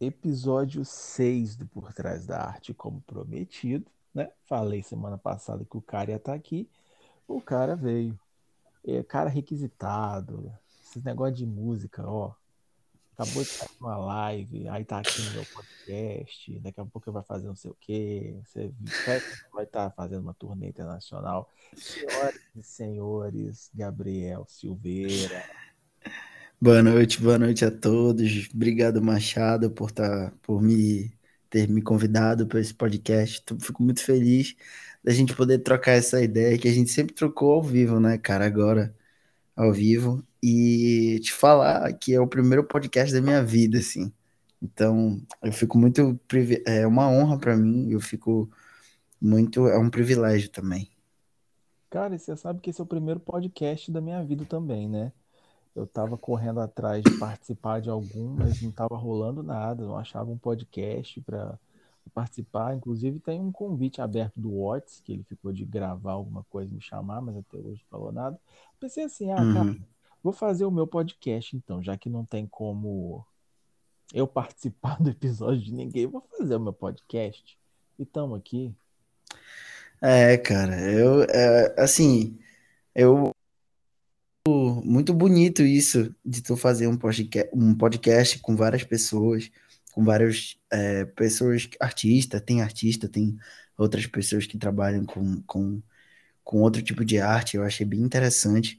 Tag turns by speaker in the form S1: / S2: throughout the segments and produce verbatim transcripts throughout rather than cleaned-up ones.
S1: Episódio seis do Por Trás da Arte, como prometido, né? Falei semana passada que o cara ia estar aqui, o cara veio. É, cara requisitado, esse negócio de música, ó. Acabou de sair uma live, aí tá aqui no meu podcast, daqui a pouco vai fazer não sei o quê. Você vai vai estar fazendo uma turnê internacional. Senhoras e senhores, Gabriel Silveira.
S2: Boa noite, boa noite a todos. Obrigado, Machado, por tá, por me ter me convidado para esse podcast. Tô- Fico muito feliz da gente poder trocar essa ideia que a gente sempre trocou ao vivo, né, cara? Agora ao vivo e te falar que é o primeiro podcast da minha vida, assim. Então, eu fico muito privi- é uma honra para mim. Eu fico muito, é um privilégio também.
S1: Cara, e você sabe que esse é o primeiro podcast da minha vida também, né? Eu tava correndo atrás de participar de algum, mas não tava rolando nada, não achava um podcast para participar. Inclusive tem um convite aberto do Whats, que ele ficou de gravar alguma coisa, e me chamar, mas até hoje não falou nada. Pensei assim, ah, cara,
S2: Uhum.
S1: vou fazer o meu podcast então, já que não tem como eu participar do episódio de ninguém, vou fazer o meu podcast. E tamo aqui.
S2: É, cara, eu é, assim, eu muito bonito isso de tu fazer um podcast, um podcast com várias pessoas, com várias é, pessoas, artistas, tem artista, tem outras pessoas que trabalham com, com, com outro tipo de arte, eu achei bem interessante.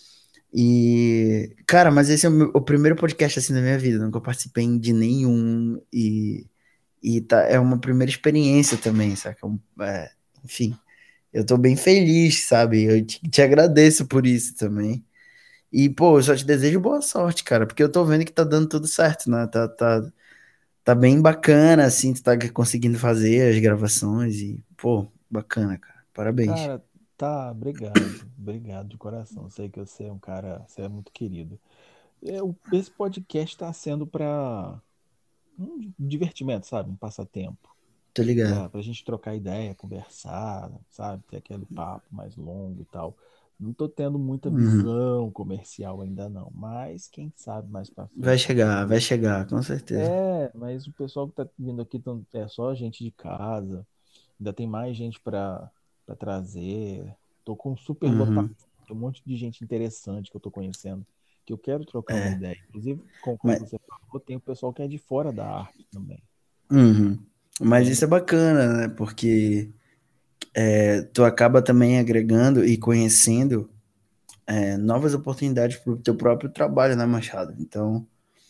S2: E, cara, mas esse é o, meu- o primeiro podcast assim da minha vida, nunca participei de nenhum e, e tá, é uma primeira experiência também, saca? Um, é, enfim, eu tô bem feliz, sabe? Eu te, te agradeço por isso também. E, pô, eu só te desejo boa sorte, cara, porque eu tô vendo que tá dando tudo certo, né? Tá, tá, tá bem bacana, assim, tu tá conseguindo fazer as gravações e, pô, bacana, cara. Parabéns.
S1: Cara, tá, obrigado, obrigado de coração. Sei que você é um cara, você é muito querido. Eu, esse podcast está sendo para um divertimento, sabe? Um passatempo.
S2: Tô ligado.
S1: Pra, pra gente trocar ideia, conversar, sabe? Ter aquele papo mais longo e tal. Não tô tendo muita
S2: Uhum.
S1: visão comercial ainda não, mas quem sabe mais pra
S2: Vai
S1: frente, qualquer
S2: chegar, vai
S1: coisa.
S2: chegar, com certeza.
S1: É, mas o pessoal que tá vindo aqui tão- é só gente de casa. Ainda tem mais gente pra para trazer. Tô com super lotado,
S2: Uhum.
S1: tem um monte de gente interessante que eu tô conhecendo, que eu quero trocar uma
S2: É,
S1: ideia. Inclusive, como como
S2: mas,
S1: você falou, tem o pessoal que é de fora da arte também.
S2: uhum. Mas
S1: Tem.
S2: isso é bacana, né? Porque é, tu acaba também agregando e conhecendo é, novas oportunidades pro teu próprio trabalho, né, Machado? Então,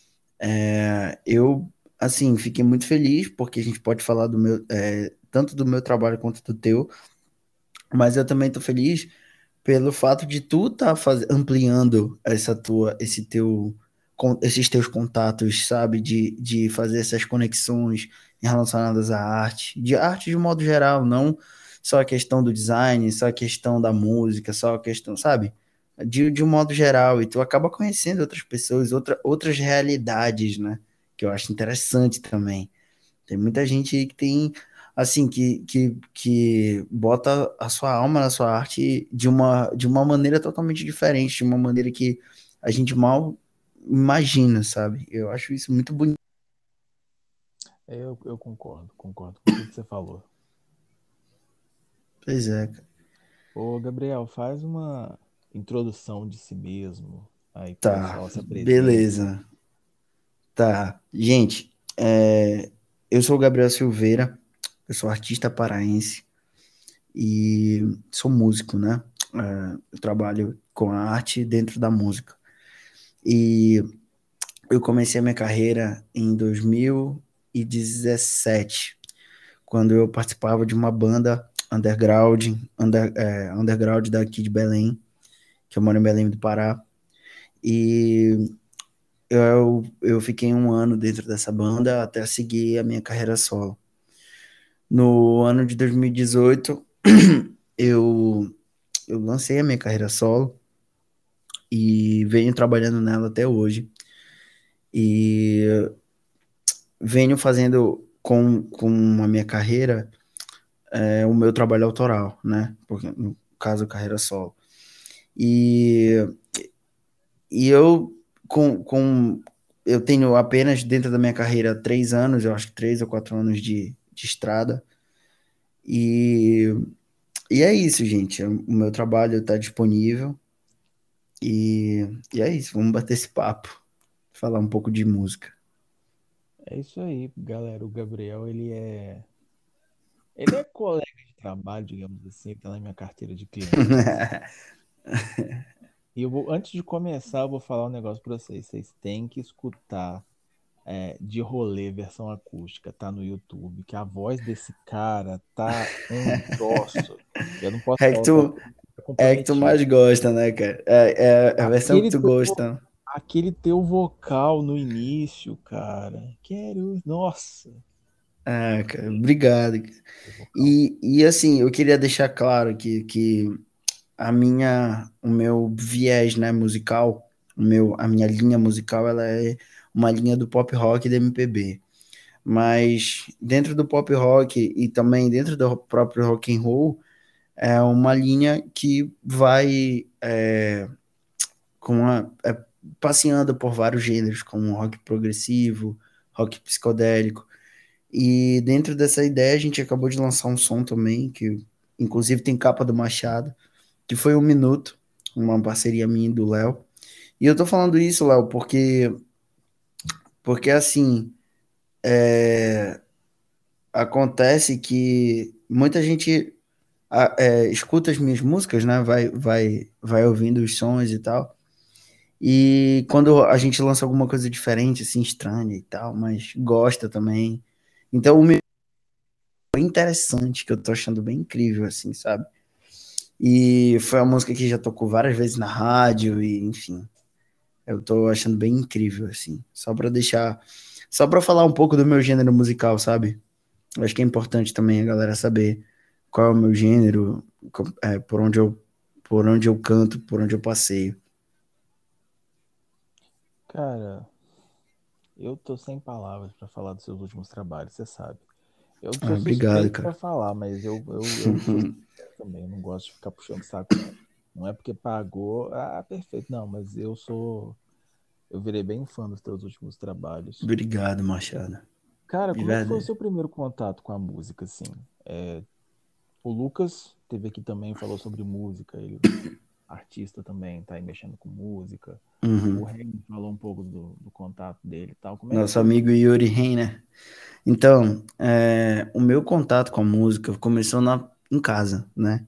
S2: é, eu, assim, fiquei muito feliz porque a gente pode falar do meu, é, tanto do meu trabalho quanto do teu, mas eu também tô feliz pelo fato de tu tá faz... ampliando essa tua, esse teu, con- esses teus contatos, sabe, de, de fazer essas conexões relacionadas à arte, de arte de modo geral, não só a questão do design, só a questão da música, só a questão, sabe, de, de um modo geral, e tu acaba conhecendo outras pessoas, outra, outras realidades, né, que eu acho interessante também. Tem muita gente aí que tem, assim, que, que, que bota a sua alma na sua arte de uma, de uma maneira totalmente diferente, de uma maneira que a gente mal imagina, sabe? Eu acho isso muito bonito.
S1: Eu, eu concordo, concordo com tudo que você falou.
S2: Pois é, cara.
S1: Ô, Gabriel, faz uma introdução de si mesmo, aí pro
S2: Tá,
S1: pessoal se apresenta.
S2: beleza. Tá. Gente, é, eu sou o Gabriel Silveira, eu sou artista paraense e sou músico, né? É, eu trabalho com a arte dentro da música. E eu comecei a minha carreira em dois mil e dezessete, quando eu participava de uma banda underground, under, é, underground daqui de Belém, que eu moro em Belém do Pará. E eu, eu fiquei um ano dentro dessa banda até seguir a minha carreira solo. No ano de dois mil e dezoito, eu, eu lancei a minha carreira solo e venho trabalhando nela até hoje. E venho fazendo com, com a minha carreira é, o meu trabalho autoral, né? Porque, no caso, carreira solo. E, e eu, com, com eu tenho apenas dentro da minha carreira três anos, eu acho que três ou quatro anos de, de estrada. E, e é isso, gente. O meu trabalho está disponível. E, e é isso, vamos bater esse papo, falar um pouco de música.
S1: É isso aí, galera. O Gabriel, ele é. Ele é colega de trabalho, digamos assim, tá na minha carteira de clientes. E eu vou, antes de começar, eu vou falar um negócio pra vocês. Vocês têm que escutar é, de rolê versão acústica, tá no YouTube, que a voz desse cara tá um troço. Eu não posso
S2: É que
S1: falar outra
S2: tu,
S1: coisa, tá
S2: é que tu
S1: comprometido.
S2: mais gosta, né, cara? É, é a versão que
S1: Aquele
S2: tu
S1: teu, vo-
S2: gosta.
S1: aquele teu vocal no início, cara. Quero. Nossa.
S2: Ah, cara, obrigado.
S1: O vocal.
S2: E, e assim, eu queria deixar claro que, que a minha, o meu viés, né, musical, o meu, a minha linha musical, ela é uma linha do pop rock e da M P B. Mas dentro do pop rock e também dentro do próprio rock and roll, é uma linha que vai é, com a, é, passeando por vários gêneros, como rock progressivo, rock psicodélico. E dentro dessa ideia, a gente acabou de lançar um som também, que inclusive tem capa do Machado, que foi um minuto, uma parceria minha e do Léo. E eu tô falando isso, Léo, porque, porque assim, é, acontece que muita gente a- é, escuta as minhas músicas, né? Vai, vai, vai ouvindo os sons e tal. E quando a gente lança alguma coisa diferente, assim, estranha e tal, mas gosta também. Então, o meu é interessante, que eu tô achando bem incrível, assim, sabe? E foi uma música que já tocou várias vezes na rádio, e enfim, eu tô achando bem incrível, assim. Só pra deixar. Só pra falar um pouco do meu gênero musical, sabe? Eu acho que é importante também a galera saber qual é o meu gênero, co- é, por onde eu, por onde eu canto, por onde eu passeio.
S1: Cara, eu tô sem palavras pra falar dos seus últimos trabalhos, você sabe. Eu
S2: Ah,
S1: sou
S2: obrigado,
S1: suspeito pra
S2: cara.
S1: falar, mas eu, eu, eu sou sincero também. Eu não gosto de ficar puxando saco, não. Não é porque pagou, ah, perfeito. Não, mas eu sou. Eu virei bem fã dos teus últimos trabalhos.
S2: Obrigado, Machado.
S1: Cara,
S2: De
S1: como é que foi o
S2: verdade.
S1: seu primeiro contato com a música, assim? É, o Lucas teve aqui também, falou sobre música, ele artista também, tá aí mexendo com música. O
S2: Uhum.
S1: Rei falou um pouco do, do contato dele e tal. Como é que
S2: Nosso
S1: foi o
S2: amigo
S1: seu?
S2: Yuri Reiner. Então, é, o meu contato com a música começou na, em casa, né?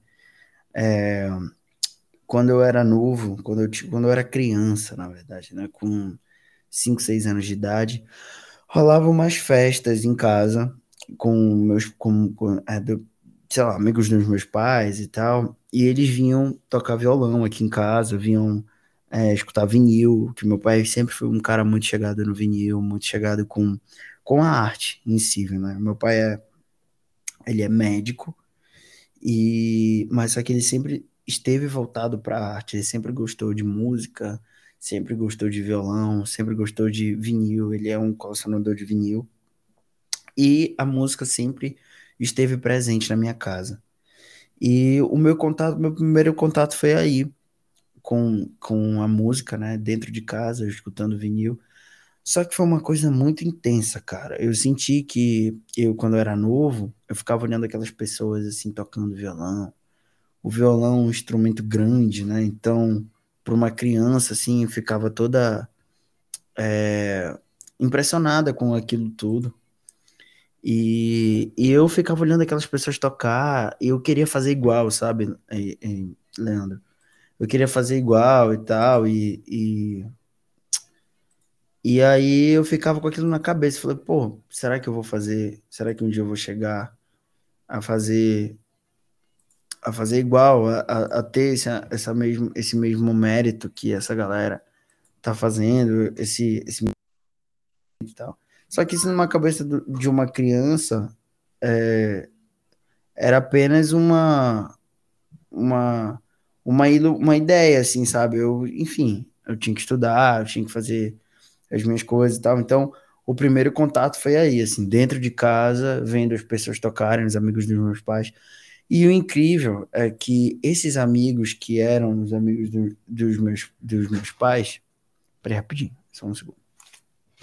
S2: Quando eu era novo, quando eu, ti- quando eu era criança, na verdade, né? Com cinco, seis anos de idade, rolavam umas festas em casa com meus, com, com, é, do- sei lá, amigos dos meus pais e tal, e eles vinham tocar violão aqui em casa, vinham é, escutar vinil, que meu pai sempre foi um cara muito chegado no vinil, muito chegado com, com a arte em si, né? Meu pai é, ele é médico, e mas só que ele sempre esteve voltado para a arte, ele sempre gostou de música, sempre gostou de violão, sempre gostou de vinil, ele é um colecionador de vinil, e a música sempre esteve presente na minha casa. E o meu contato, meu primeiro contato foi aí, com, com a música, né, dentro de casa, escutando vinil. Só que foi uma coisa muito intensa, cara. Eu senti que eu, quando eu era novo, eu ficava olhando aquelas pessoas assim, tocando violão. O violão é um instrumento grande, né? Então, para uma criança, assim, eu ficava toda é, impressionada com aquilo tudo. E, e eu ficava olhando aquelas pessoas tocar e eu queria fazer igual, sabe, e- e, Leandro? Eu queria fazer igual e tal, e, e, e aí eu ficava com aquilo na cabeça. Falei, pô, será que eu vou fazer? Será que um dia eu vou chegar a fazer a fazer igual, a, a, a ter esse, essa mesmo, esse mesmo mérito que essa galera tá fazendo, esse, esse e tal. Só que isso numa cabeça do- de uma criança é, era apenas uma uma, uma, ilu- uma ideia, assim, sabe? Eu, enfim, eu tinha que estudar, eu tinha que fazer as minhas coisas e tal. Então, o primeiro contato foi aí, assim, dentro de casa, vendo as pessoas tocarem, os amigos dos meus pais. E o incrível é que esses amigos que eram os amigos do- dos meus, dos meus pais. Peraí, rapidinho, só um segundo.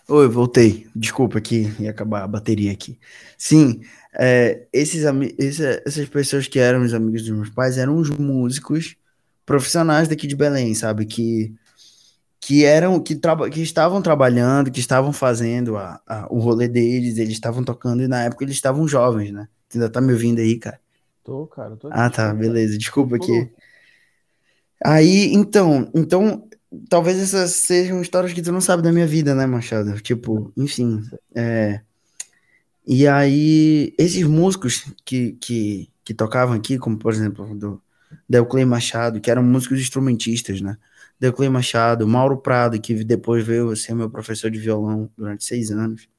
S2: Oi, voltei. Desculpa que ia acabar a bateria aqui. Sim, é, esses, ami- esse- essas pessoas que eram os amigos dos meus pais eram os músicos profissionais daqui de Belém, sabe? Que, que eram, que, traba, que estavam trabalhando, que estavam fazendo a, a- o rolê deles, eles estavam tocando e na época eles estavam jovens, né? Tu ainda tá me ouvindo aí, cara?
S1: Tô, cara, tô aqui
S2: Ah,
S1: te
S2: tá,
S1: escutando.
S2: beleza.
S1: Tô
S2: Desculpa
S1: todo.
S2: que Aí, então, então, talvez essas sejam histórias que tu não sabe da minha vida, né, Machado?
S1: Não,
S2: Tipo, enfim.
S1: sei.
S2: é, E aí, esses músicos que, que, que tocavam aqui, como por exemplo, do Delclay Machado, que eram músicos instrumentistas, né? Delclay Machado, Mauro Prado, que depois veio ser meu professor de violão durante seis anos.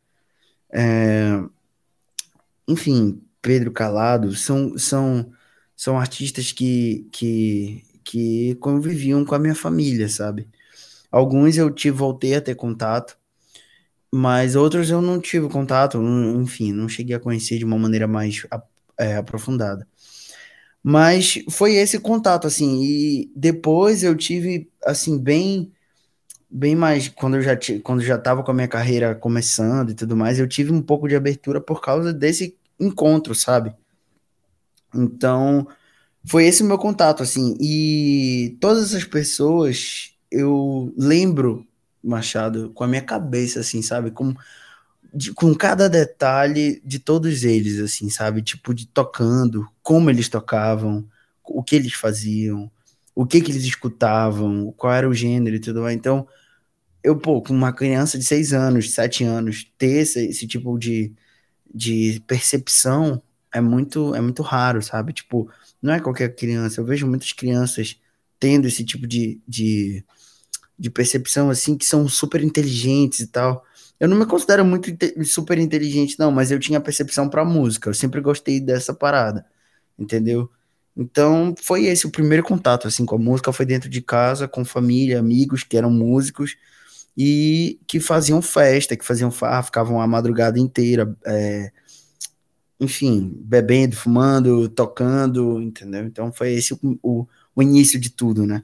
S2: Enfim, Pedro Calado, são, são, são artistas que, que, que conviviam com a minha família, sabe? Alguns eu tive, voltei a ter contato, mas outros eu não tive contato, não- enfim, não cheguei a conhecer de uma maneira mais a- é, aprofundada. Mas foi esse contato, assim, e depois eu tive, assim, bem, bem mais, quando eu já ti- quando eu já estava com a minha carreira começando e tudo mais, eu tive um pouco de abertura por causa desse encontro, sabe? Então, foi esse o meu contato, assim, e todas essas pessoas eu lembro, Machado, com a minha cabeça, assim, sabe? Com, de- com cada detalhe de todos eles, assim, sabe? Tipo, de tocando, como eles tocavam, o que eles faziam, o que que eles escutavam, qual era o gênero e tudo mais. Então, eu, pô, com uma criança de seis anos, sete anos, ter esse, esse tipo de, de percepção é muito, é muito raro, sabe? Tipo, não é qualquer criança. Eu vejo muitas crianças tendo esse tipo de, de de percepção, assim, que são super inteligentes e tal. Eu não me considero muito inte- super inteligente, não, mas eu tinha percepção para música. Eu sempre gostei dessa parada, entendeu? Então, foi esse o primeiro contato, assim, com a música. Foi dentro de casa, com família, amigos que eram músicos e que faziam festa, que faziam farra, ficavam a madrugada inteira, é, enfim, bebendo, fumando, tocando, entendeu? Então, foi esse o, o, o início de tudo, né?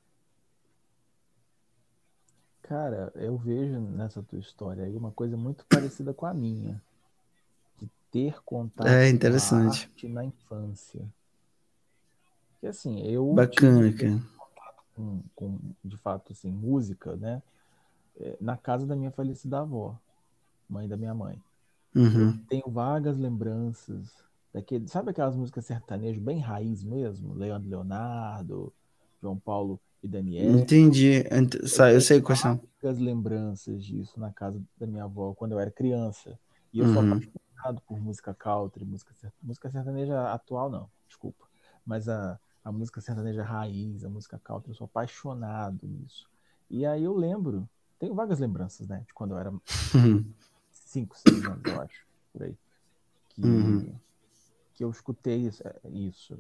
S1: Cara, eu vejo nessa tua história aí uma coisa muito parecida com a minha, de ter
S2: É
S1: contato com a
S2: interessante.
S1: arte na infância. Que assim, eu tive
S2: Bacana, cara.
S1: com, com, de fato, assim, música, né? eh, Na casa da minha falecida avó, mãe da minha mãe. Eu
S2: Uhum.
S1: tenho vagas lembranças daquele, sabe aquelas músicas sertanejas bem raiz mesmo? Leandro Leonardo, João Paulo e Daniel.
S2: Entendi. Ent-
S1: Eu
S2: sa- Eu
S1: tenho
S2: sei quais são.
S1: vagas lembranças disso na casa da minha avó quando eu era criança. E eu sou
S2: Uhum.
S1: apaixonado por música country, música, ser- música sertaneja atual, não, desculpa. Mas a, a música sertaneja raiz, a música country, eu sou apaixonado nisso. E aí eu lembro, tenho vagas lembranças, né, de quando eu era
S2: Uhum.
S1: cinco seis anos, eu acho, por aí,
S2: Uhum.
S1: que, que eu escutei isso, é, isso.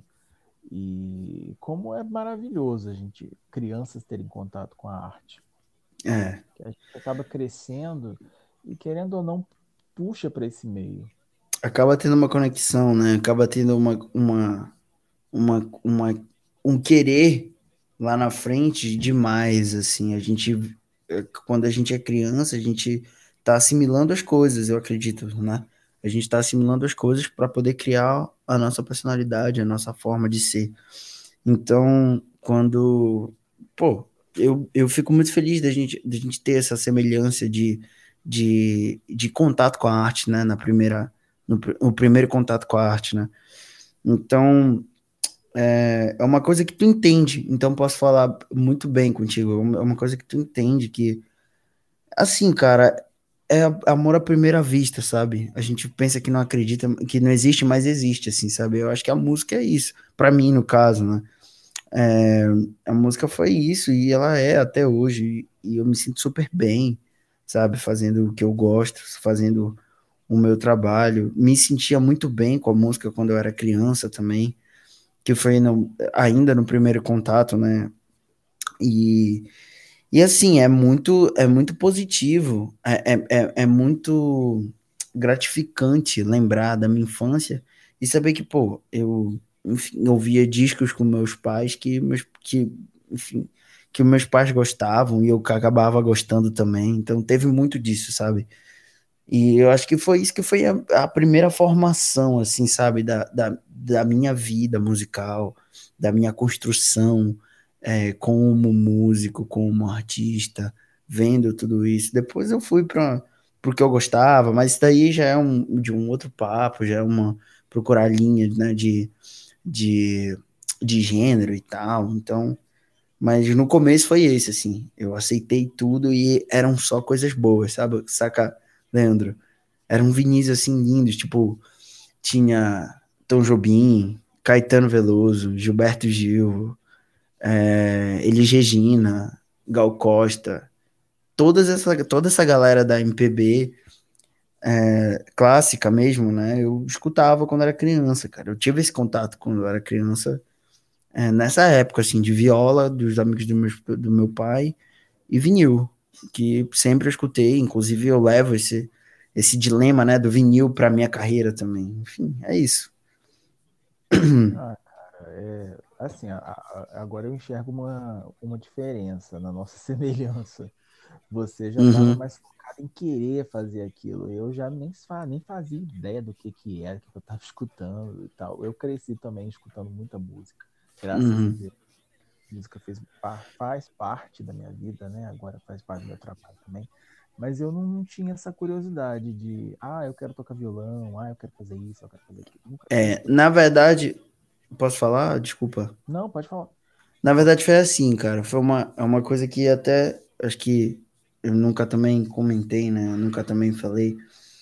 S1: E como é maravilhoso a gente, crianças terem contato com a arte,
S2: É.
S1: que a gente acaba crescendo e, querendo ou não, puxa para esse meio.
S2: Acaba tendo uma conexão, né? Acaba tendo uma, uma, uma, uma, um querer lá na frente demais, assim. A gente, é, quando a gente é criança, a gente tá assimilando as coisas, eu acredito, né? A gente tá assimilando as coisas para poder criar a nossa personalidade, a nossa forma de ser. Então, quando, pô, eu, eu fico muito feliz da gente, da gente ter essa semelhança de, de, de contato com a arte, né, na primeira, no, pr- o primeiro contato com a arte, né? Então, é, é uma coisa que tu entende, então posso falar muito bem contigo, é uma é uma coisa que tu entende que, assim, cara, é amor à primeira vista, sabe? A gente pensa que não acredita, que não existe, mas existe, assim, sabe? Eu acho que a música é isso, pra mim, no caso, né? É, a música foi isso e ela é até hoje. E eu me sinto super bem, sabe? Fazendo o que eu gosto, fazendo o meu trabalho. Me sentia muito bem com a música quando eu era criança também, que foi no- ainda no primeiro contato, né? E, e assim, é muito, é muito positivo, é, é, é é muito gratificante lembrar da minha infância e saber que, pô, eu, enfim, ouvia discos com meus pais que, meus, que, enfim, que meus pais gostavam e eu acabava gostando também. Então teve muito disso, sabe? E eu acho que foi isso que foi a, a primeira formação, assim, sabe, da, da, da minha vida musical, da minha construção é, como músico, como artista, vendo tudo isso. Depois eu fui para o que eu gostava, mas isso daí já é um, de um outro papo, já é uma procurar linhas, né, de, de, de gênero e tal. Então, mas no começo foi esse, assim, eu aceitei tudo e eram só coisas boas, sabe? Saca, Leandro? Eram vinis assim lindos, tipo, tinha Tom Jobim, Caetano Veloso, Gilberto Gil, é, Elis Regina, Gal Costa, todas essa, toda essa galera da M P B é, clássica mesmo, né? Eu escutava quando era criança, cara. Eu tive esse contato quando eu era criança, é, nessa época, assim, de viola, dos amigos do meu, do meu pai e vinil, que sempre eu escutei, inclusive eu levo esse, esse dilema, né, do vinil para minha carreira também. Enfim, é isso.
S1: Ah, cara, é assim, a- a- agora eu enxergo uma, uma diferença na nossa semelhança. Você já estava
S2: Uhum,
S1: mais focado em querer fazer aquilo. Eu já nem, fa- nem fazia ideia do que que era, o que eu estava escutando e tal. Eu cresci também escutando muita música, graças a
S2: uhum.
S1: Deus. Música fez, pa- faz parte da minha vida, né? Agora faz parte do meu trabalho também. Mas eu não, não tinha essa curiosidade de, ah, eu quero tocar violão, ah, eu quero fazer isso, eu quero fazer aquilo. Nunca,
S2: É,
S1: nunca.
S2: na verdade, posso falar? Desculpa.
S1: Não, pode falar.
S2: Na verdade foi assim, cara, foi uma, é uma coisa que até, acho que eu nunca também comentei, né, eu nunca também falei,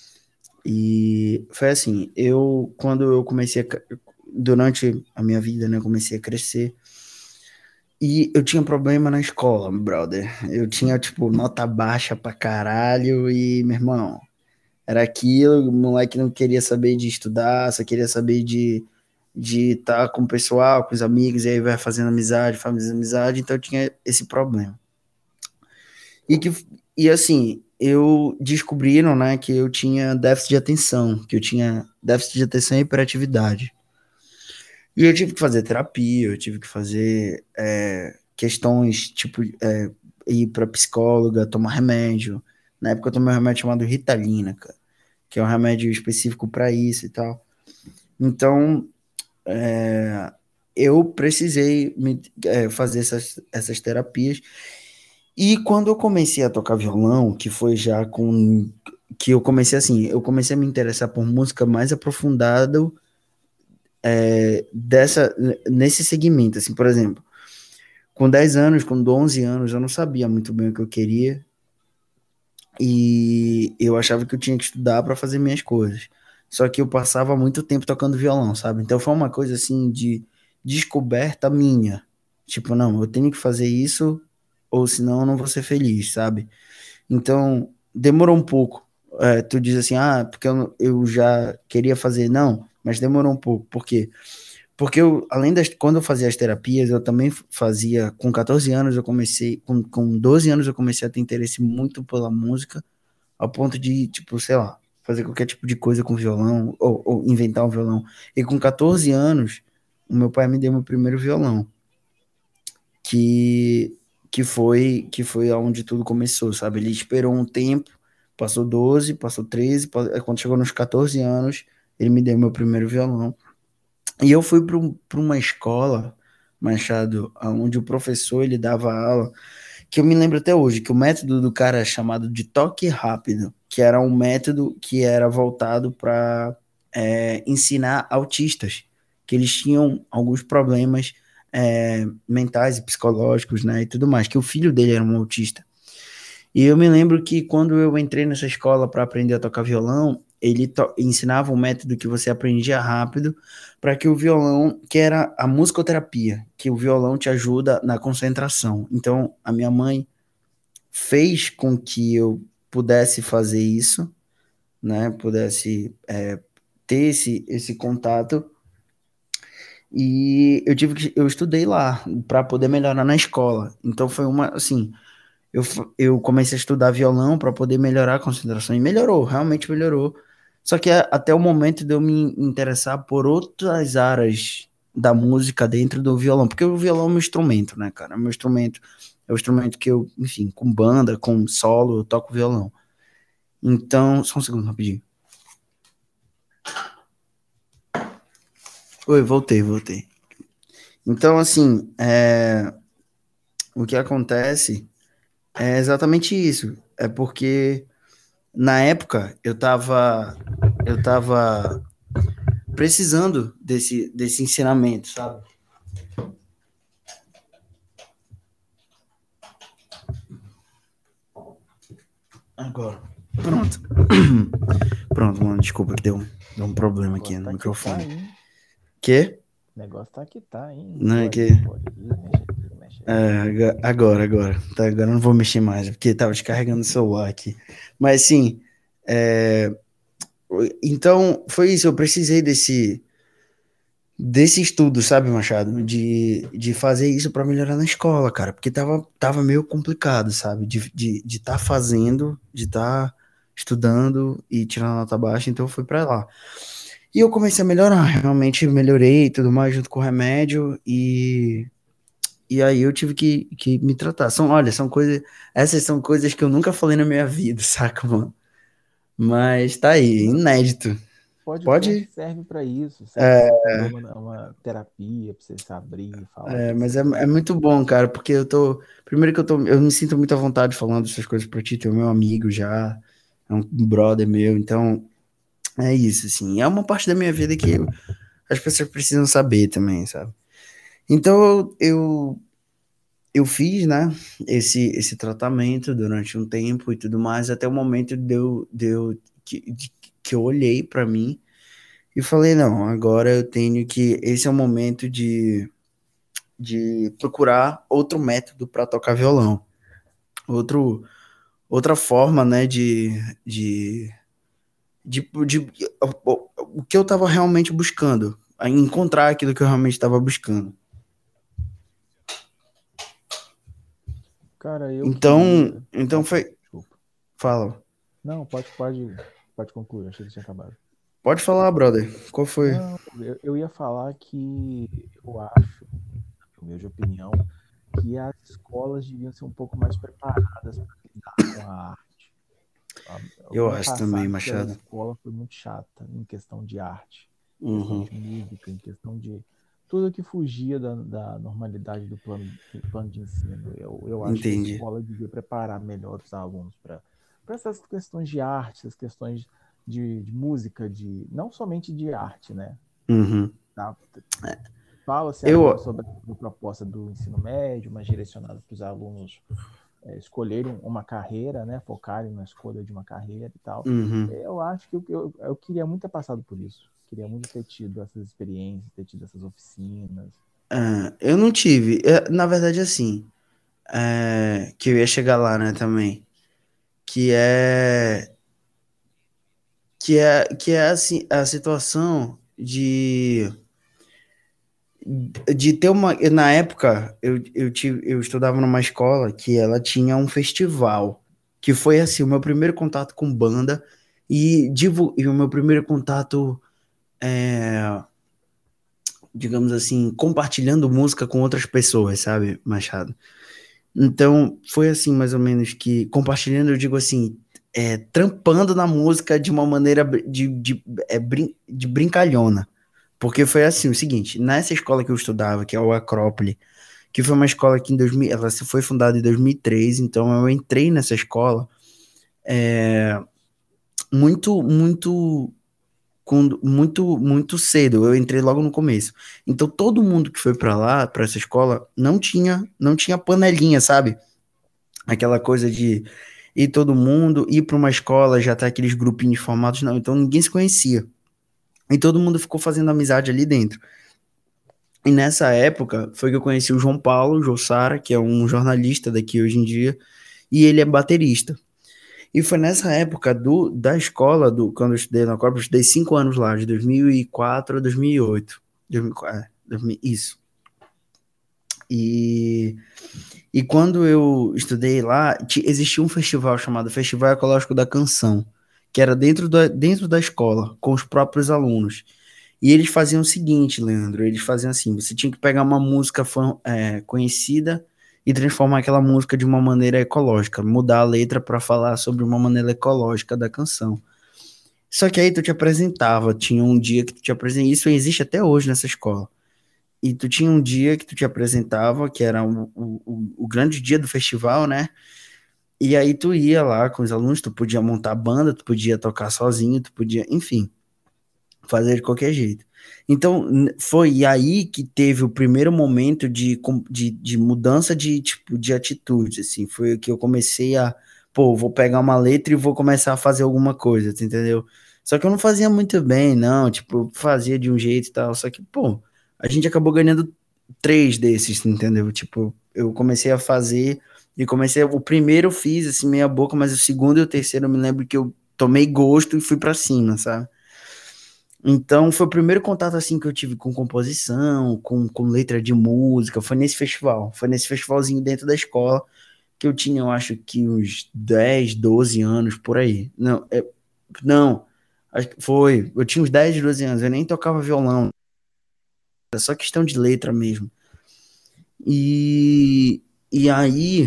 S2: e foi assim, eu, quando eu comecei a, ca- durante a minha vida, né, eu comecei a crescer, e eu tinha problema na escola, brother. Eu tinha, tipo, nota baixa pra caralho e, meu irmão, era aquilo, o moleque não queria saber de estudar, só queria saber de de estar com o pessoal, com os amigos, e aí vai fazendo amizade, fazendo amizade, então eu tinha esse problema. E que e assim, eu descobriram, né, que eu tinha déficit de atenção, que eu tinha déficit de atenção e hiperatividade. E eu tive que fazer terapia, eu tive que fazer é, questões, tipo, é, ir para psicóloga, tomar remédio. Na época eu tomei um remédio chamado Ritalina, cara, que é um remédio específico para isso e tal. Então, é, eu precisei me, é, fazer essas, essas terapias. E quando eu comecei a tocar violão, que foi já com. Que eu comecei assim, eu comecei a me interessar por música mais aprofundado dessa, nesse segmento, assim, por exemplo. Com dez anos, com onze anos, eu não sabia muito bem o que eu queria e eu achava que eu tinha que estudar para fazer minhas coisas. Só que eu passava muito tempo tocando violão, sabe? Então foi uma coisa assim de descoberta minha. Tipo, não, eu tenho que fazer isso ou senão eu não vou ser feliz, sabe? Então demorou um pouco. É, tu diz assim, ah, porque eu, eu já queria fazer. Não, mas demorou um pouco. Por quê? Porque eu, além das, quando eu fazia as terapias, eu também fazia, com catorze anos eu comecei, com, com doze anos eu comecei a ter interesse muito pela música, ao ponto de, tipo, sei lá, fazer qualquer tipo de coisa com violão, ou, ou inventar um violão. E com catorze anos, o meu pai me deu meu primeiro violão, que, que foi, que foi onde tudo começou, sabe? Ele esperou um tempo, passou doze, passou treze, pa- quando chegou nos catorze anos, ele me deu meu primeiro violão. E eu fui para uma escola, Machado, onde o professor ele dava aula, que eu me lembro até hoje, que o método do cara é chamado de toque rápido, que era um método que era voltado para é, ensinar autistas, que eles tinham alguns problemas é, mentais e psicológicos, né, e tudo mais, que o filho dele era um autista. E eu me lembro que quando eu entrei nessa escola para aprender a tocar violão, ele to- ensinava um método que você aprendia rápido para que o violão, que era a musicoterapia, que o violão te ajuda na concentração. Então, a minha mãe fez com que eu pudesse fazer isso, né? Pudesse é, ter esse, esse contato. E eu tive que, eu estudei lá para poder melhorar na escola. Então foi uma, assim, eu, eu comecei a estudar violão para poder melhorar a concentração e melhorou, realmente melhorou. Só que a- até o momento de eu me interessar por outras áreas da música dentro do violão, porque o violão é um instrumento, né, cara? É um instrumento. é o instrumento que eu, enfim, com banda, com solo, eu toco violão. Então, só um segundo, rapidinho. Oi, voltei, voltei. Então, assim, é, o que acontece é exatamente isso. É porque, na época, eu tava, eu tava precisando desse, desse ensinamento, sabe? Agora. Pronto. Pronto, mano, desculpa que deu, um- deu um
S1: O
S2: problema aqui
S1: negócio
S2: no
S1: tá que tá,
S2: microfone.
S1: hein?
S2: Que?
S1: O negócio tá que tá, hein?
S2: Não
S1: Vou
S2: é
S1: ali,
S2: que.
S1: vou aqui, mexe aqui, mexe
S2: É,
S1: ali.
S2: aga- agora, agora. Tá, agora eu não vou mexer mais, porque tava descarregando o celular aqui. Mas sim, é, então foi isso, eu precisei desse, desse estudo, sabe, Machado? De, de fazer isso para melhorar na escola, cara, porque tava, tava meio complicado, sabe? De estar de, de tá fazendo, de estar tá estudando e tirando nota baixa, então eu fui para lá. E eu comecei a melhorar, realmente melhorei e tudo mais junto com o remédio e, e aí eu tive que, que me tratar. São, olha, são coisas, essas são coisas que eu nunca falei na minha vida, saca, mano? Mas tá aí,
S1: Não,
S2: inédito.
S1: podcast
S2: Pode,
S1: serve pra isso, serve pra você ter uma, uma terapia, pra você se abrir, falar o
S2: é,
S1: que que você
S2: mas é, é
S1: sente.
S2: muito bom, cara, porque eu tô, primeiro que eu tô, eu me sinto muito à vontade falando essas coisas pra ti, tu é meu amigo já, é um brother meu, então é isso, assim, é uma parte da minha vida que eu- as pessoas precisam saber também, sabe? Então eu, eu fiz, né, esse, esse tratamento durante um tempo e tudo mais, até o momento de eu, de eu- que, de- que eu olhei pra mim e falei, não, agora eu tenho que, esse é o momento de, de procurar outro método para tocar violão, outro, outra forma, né, de, de, de, de, o, o que eu estava realmente buscando, a encontrar aquilo que eu realmente estava buscando.
S1: Cara, eu
S2: Então,
S1: queria.
S2: então
S1: Ah, tá.
S2: foi,
S1: Desculpa.
S2: fala.
S1: Não, pode, pode, pode concluir. Achei que tinha acabado.
S2: Pode falar, brother. Qual foi?
S1: Não, eu, eu ia falar que eu acho, na minha humilde opinião, que as escolas deviam ser um pouco mais preparadas para lidar com a arte. A, a
S2: Eu
S1: minha
S2: acho também,
S1: passagem pela
S2: Machado.
S1: escola foi muito chata em questão de arte, em questão
S2: Uhum,
S1: de música, em questão de tudo que fugia da, da normalidade do plano, do plano de ensino. Eu, eu acho que a
S2: entendi.
S1: escola devia preparar melhor os alunos para essas questões de arte, essas questões de, de música, de não somente de arte, né?
S2: Uhum.
S1: Tá? Fala-se agora
S2: Eu,
S1: sobre a proposta do ensino médio, mais direcionada para os alunos é, escolherem uma carreira, né, focarem na escolha de uma carreira e tal.
S2: uhum.
S1: Eu acho que eu, eu, eu queria muito ter passado por isso. Queria muito ter tido essas experiências, ter tido essas oficinas.
S2: Ah, eu não tive. É, na verdade, assim, é, que eu ia chegar lá, né, também. Que é que é que é assim a situação de de ter uma na época eu, eu tive eu estudava numa escola que ela tinha um festival que foi assim o meu primeiro contato com banda e, divu, e o meu primeiro contato é, digamos assim compartilhando música com outras pessoas, sabe, Machado? Então, foi assim, mais ou menos, que compartilhando, eu digo assim, é, trampando na música de uma maneira br- de, de, é, brin de brincalhona. Porque foi assim, o seguinte, nessa escola que eu estudava, que é o Acrópole, que foi uma escola que em dois mil, ela se foi fundada em dois mil e três, então eu entrei nessa escola muito, muito, com, muito, muito cedo. Eu entrei logo no começo. Então todo mundo que foi para lá, para essa escola, não tinha, não tinha panelinha, sabe? Aquela coisa de ir todo mundo, ir para uma escola, já tá aqueles grupinhos formados, não, então ninguém se conhecia. E todo mundo ficou fazendo amizade ali dentro. E nessa época foi que eu conheci o João Paulo Jossara, que é um jornalista daqui hoje em dia, e ele é baterista. E foi nessa época do, da escola, do, quando eu estudei na Copa, eu estudei cinco anos lá, de dois mil e quatro a dois mil e oito. dois mil e quatro, é, dois mil, isso. E E quando eu estudei lá, ti- existia um festival chamado Festival Ecológico da Canção, que era dentro da, dentro da escola, com os próprios alunos. E eles faziam o seguinte, Leandro, eles faziam assim, você tinha que pegar uma música fã- é, conhecida e transformar aquela música de uma maneira ecológica, mudar a letra para falar sobre uma maneira ecológica da canção. Só que aí tu te apresentava, tinha um dia que tu te apresentava, isso existe até hoje nessa escola. E tu tinha um dia que tu te apresentava, que era o, o, o grande dia do festival, né? E aí tu ia lá com os alunos, tu podia montar banda, tu podia tocar sozinho, tu podia, enfim, fazer de qualquer jeito. Então, foi aí que teve o primeiro momento de, de, de mudança de, tipo, de atitude, assim, foi que eu comecei a, pô, vou pegar uma letra e vou começar a fazer alguma coisa, entendeu? Só que eu não fazia muito bem, não, tipo, fazia de um jeito e tal, só que, pô, a gente acabou ganhando três desses, entendeu? Tipo, eu comecei a fazer e comecei, o primeiro eu fiz, assim, meia boca, mas o segundo e o terceiro eu me lembro que eu tomei gosto e fui pra cima, sabe? Então, foi o primeiro contato, assim, que eu tive com composição, com, com letra de música, foi nesse festival, foi nesse festivalzinho dentro da escola, que eu tinha, eu acho que uns dez, doze anos, por aí. Não, é, não, acho que foi, eu tinha uns dez, doze anos, eu nem tocava violão, era só questão de letra mesmo. E, e aí,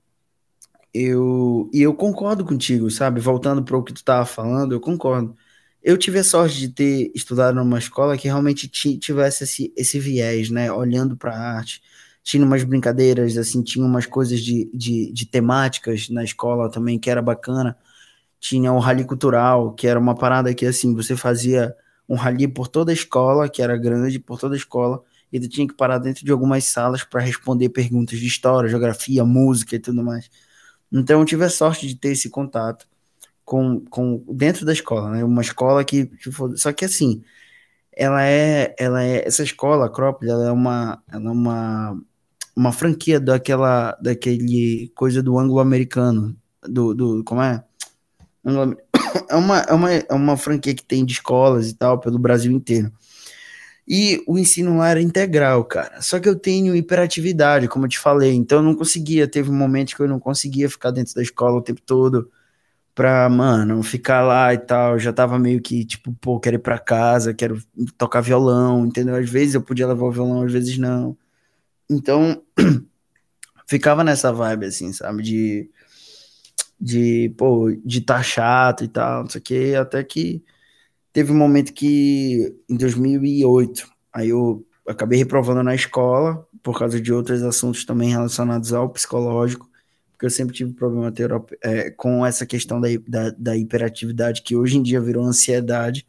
S2: eu, e eu concordo contigo, sabe? Voltando para o que tu estava falando, eu concordo. Eu tive a sorte de ter estudado numa escola que realmente ti- tivesse esse, esse viés, né? Olhando para a arte. Tinha umas brincadeiras, assim, tinha umas coisas de, de, de temáticas na escola também que era bacana. Tinha o rally cultural, que era uma parada que, assim, você fazia um rally por toda a escola, que era grande, por toda a escola, e tu tinha que parar dentro de algumas salas para responder perguntas de história, geografia, música e tudo mais. Então eu tive a sorte de ter esse contato com, com dentro da escola, né? Uma escola que, que for- só que assim, ela é, ela é essa escola, a Acrópole, ela é uma, ela é uma, uma franquia daquela, daquele coisa do anglo-americano, do, do, como é? Anglo- É uma, é uma, é uma franquia que tem de escolas e tal pelo Brasil inteiro. E o ensino lá era integral, cara. Só que eu tenho hiperatividade, como eu te falei, então eu não conseguia. Teve um momento que eu não conseguia ficar dentro da escola o tempo todo pra, mano, ficar lá e tal. Eu já tava meio que, tipo, pô, quero ir pra casa, quero tocar violão, entendeu? Às vezes eu podia levar o violão, às vezes não. Então, ficava nessa vibe, assim, sabe? De, de pô, de tá chato e tal, não sei o quê. Até que teve um momento que, em dois mil e oito, aí eu acabei reprovando na escola por causa de outros assuntos também relacionados ao psicológico, porque eu sempre tive problema terap- é, com essa questão da, da, da hiperatividade, que hoje em dia virou ansiedade,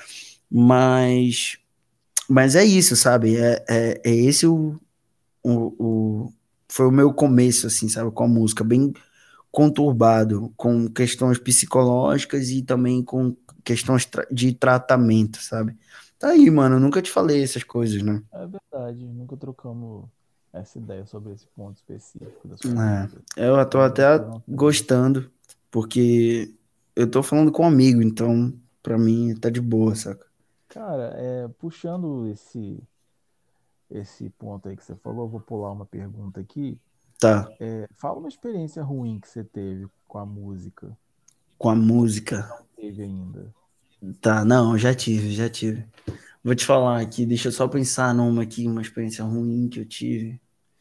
S2: mas, mas é isso, sabe? É, é, é esse o, o, o, foi o meu começo, assim, sabe? Com a música, bem conturbado, com questões psicológicas e também com questões tra- de tratamento, sabe? Tá aí, mano, eu nunca te falei essas coisas, né?
S1: É verdade, nunca trocamos essa ideia sobre esse ponto específico da sua vida.
S2: É, eu tô
S1: Mas
S2: até
S1: bacana saber.
S2: gostando, porque eu tô falando com um amigo, então pra mim tá de boa, saca?
S1: Cara, é, puxando esse, esse ponto aí que você falou, eu vou pular uma pergunta aqui.
S2: Tá,
S1: É, fala uma experiência ruim que você teve com a música,
S2: com a
S1: ou
S2: música.
S1: não teve ainda.
S2: Tá, não, já tive, já tive. Vou te falar aqui, deixa eu só pensar numa aqui, uma experiência ruim que eu tive.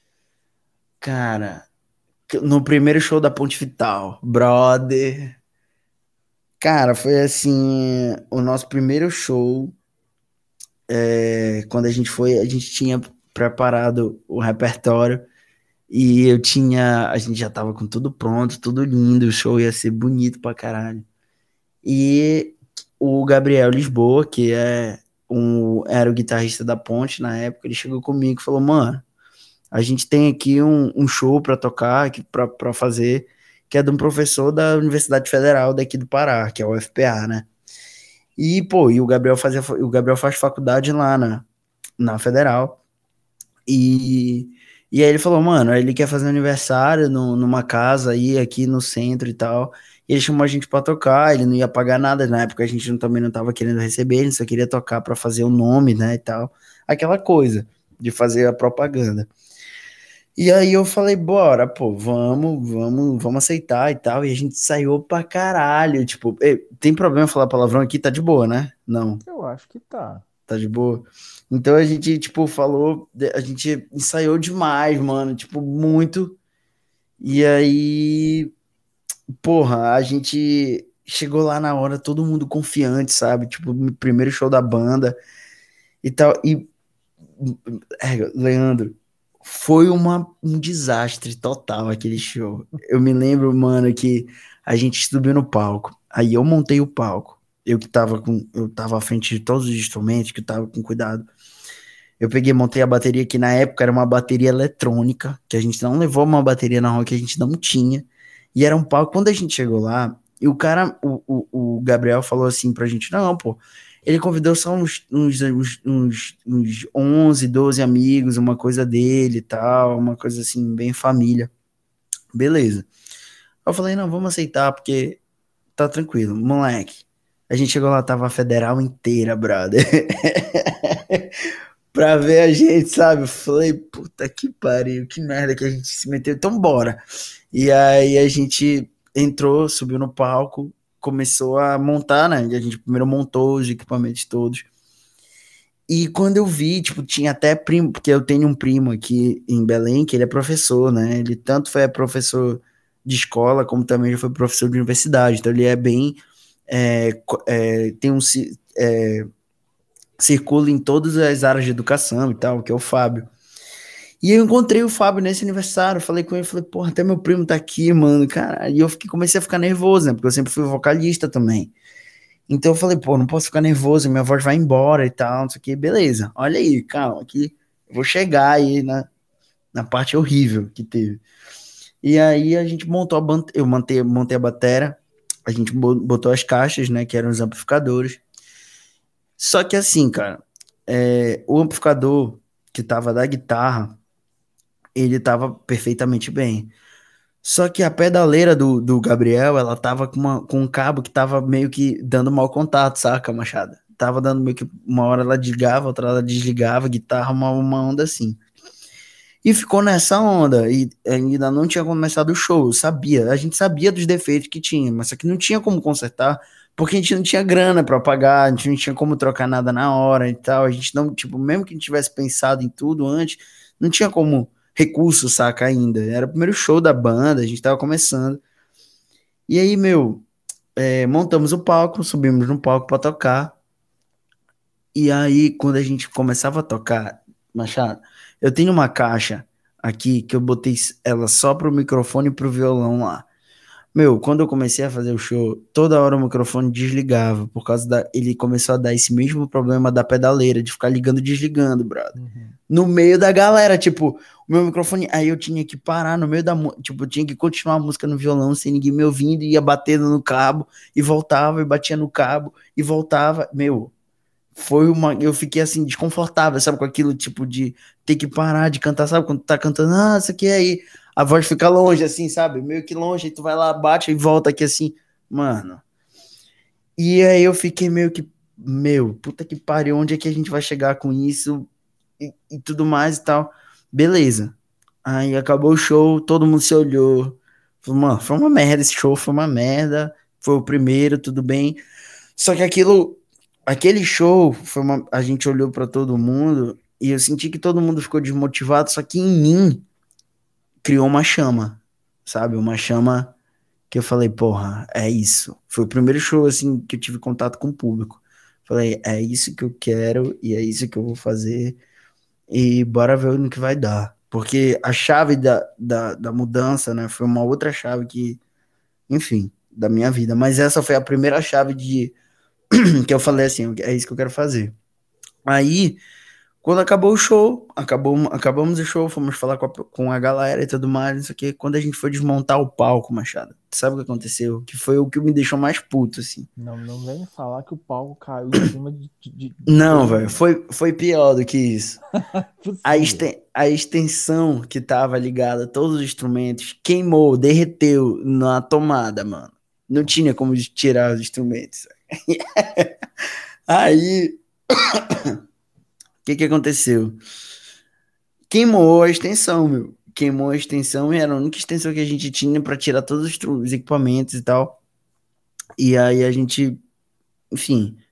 S2: Cara, no primeiro show da Ponte Vital, brother. Cara, foi assim, o nosso primeiro show, é, quando a gente foi, a gente tinha preparado o repertório e eu tinha, a gente já tava com tudo pronto, tudo lindo, o show ia ser bonito pra caralho. E o Gabriel Lisboa, que é um, era o guitarrista da Ponte na época, ele chegou comigo e falou, mano, a gente tem aqui um, um show para tocar, aqui pra, pra fazer, que é de um professor da Universidade Federal daqui do Pará, que é o U F P A, né? E, pô, e o Gabriel fazia, o Gabriel faz faculdade lá na, na Federal. E, e aí ele falou, mano, ele quer fazer um aniversário no, numa casa aí, aqui no centro e tal. E ele chamou a gente pra tocar, ele não ia pagar nada. Na época a gente não, também não tava querendo receber, ele só queria tocar pra fazer o nome, né, e tal. Aquela coisa de fazer a propaganda. E aí eu falei, bora, pô, vamos, vamos, vamos aceitar e tal. E a gente saiu pra caralho, tipo, "Ei, tem problema falar palavrão aqui? Tá de boa, né? Não.
S1: Eu acho que tá.
S2: Tá de boa? Então a gente, tipo, falou, a gente ensaiou demais, mano, tipo, muito. E aí, porra, a gente chegou lá na hora, todo mundo confiante, sabe? Tipo, no primeiro show da banda e tal. E, é, Leandro, foi uma, um desastre total aquele show. Eu me lembro, mano, que a gente subiu no palco. Aí eu montei o palco. Eu que tava com, eu tava à frente de todos os instrumentos, que eu tava com cuidado. Eu peguei, montei a bateria, que na época era uma bateria eletrônica, que a gente não levou uma bateria na rua que a gente não tinha. E era um palco. Quando a gente chegou lá, e o cara, o, o, o Gabriel falou assim pra gente: não, pô, ele convidou só uns, uns, uns, uns, uns onze, doze amigos, uma coisa dele e tal, uma coisa assim, bem família. Beleza. Eu falei: não, vamos aceitar, porque tá tranquilo, moleque. A gente chegou lá, tava a federal inteira, brother. Pra ver a gente, sabe? Eu falei, puta que pariu, que merda que a gente se meteu, então bora. E aí a gente entrou, subiu no palco, começou a montar, né? E a gente primeiro montou os equipamentos todos. E quando eu vi, tipo, tinha até primo, porque eu tenho um primo aqui em Belém, que ele é professor, né? Ele tanto foi professor de escola, como também já foi professor de universidade. Então ele é bem. É, co- é, tem um. ci- é, circula em todas as áreas de educação e tal, que é o Fábio. E eu encontrei o Fábio nesse aniversário, falei com ele, falei, porra, até meu primo tá aqui, mano, cara. E eu fiquei, comecei a ficar nervoso, né? Porque eu sempre fui vocalista também. Então eu falei, pô, não posso ficar nervoso, minha voz vai embora e tal, não sei o que. Beleza, olha aí, calma, que eu vou chegar aí na, na parte horrível que teve. E aí a gente montou a banda, eu montei, montei a bateria, a gente botou as caixas, né, que eram os amplificadores. Só que assim, cara, é, o amplificador que tava da guitarra, ele tava perfeitamente bem. Só que a pedaleira do, do Gabriel, ela tava com, uma, com um cabo que tava meio que dando mau contato, saca, Machado? Tava dando meio que uma hora ela ligava, outra ela desligava, a guitarra, uma, uma onda assim. E ficou nessa onda, e ainda não tinha começado o show, eu sabia, a gente sabia dos defeitos que tinha, mas só que não tinha como consertar, porque a gente não tinha grana para pagar, a gente não tinha como trocar nada na hora e tal, a gente não, tipo, mesmo que a gente tivesse pensado em tudo antes, não tinha como recurso, saca, ainda, era o primeiro show da banda, a gente tava começando, e aí, meu, é, montamos o palco, subimos no palco para tocar, e aí, quando a gente começava a tocar, Machado, eu tenho uma caixa aqui que eu botei ela só pro microfone e pro violão lá. Meu, quando eu comecei a fazer o show, toda hora o microfone desligava, por causa da. Ele começou a dar esse mesmo problema da pedaleira, de ficar ligando e desligando, brother.
S1: Uhum.
S2: No meio da galera, tipo, o meu microfone. Aí eu tinha que parar no meio da. mu- Tipo, eu tinha que continuar a música no violão sem ninguém me ouvindo, ia batendo no cabo, e voltava, e batia no cabo, e voltava. Meu, foi uma. Eu fiquei assim, desconfortável, sabe? Com aquilo, tipo, de ter que parar de cantar, sabe? Quando tu tá cantando, ah, isso aqui aí. A voz fica longe, assim, sabe? Meio que longe, aí tu vai lá, bate e volta aqui assim. Mano. E aí eu fiquei meio que, meu, puta que pariu, onde é que a gente vai chegar com isso e, e tudo mais e tal. Beleza. Aí acabou o show, todo mundo se olhou. Falou, mano, foi uma merda esse show, foi uma merda. Foi o primeiro, tudo bem. Só que aquilo, aquele show, foi uma, a gente olhou pra todo mundo e eu senti que todo mundo ficou desmotivado, só que em mim criou uma chama, sabe? Uma chama que eu falei, porra, é isso. Foi o primeiro show assim que eu tive contato com o público. Falei, é isso que eu quero e é isso que eu vou fazer e bora ver no que vai dar. Porque a chave da, da, da mudança, né, foi uma outra chave que, enfim, da minha vida. Mas essa foi a primeira chave de que eu falei assim, é isso que eu quero fazer. Aí, quando acabou o show, acabou, acabamos o show, fomos falar com a, com a galera e tudo mais, não sei o quê. Quando a gente foi desmontar o palco, Machado, sabe o que aconteceu? Que foi o que me deixou mais puto, assim.
S1: Não, não vem me falar que o palco caiu em cima de, de, de de
S2: Não,
S1: todo
S2: velho,
S1: mundo.
S2: foi, foi pior do que isso. A,
S1: Possível.
S2: esten a extensão que tava ligada a todos os instrumentos queimou, derreteu na tomada, mano. Não tinha como tirar os instrumentos. Aí, o que que aconteceu? Queimou a extensão, meu. Queimou a extensão e era a única extensão que a gente tinha para tirar todos os, tru- os equipamentos e tal. E aí a gente, enfim,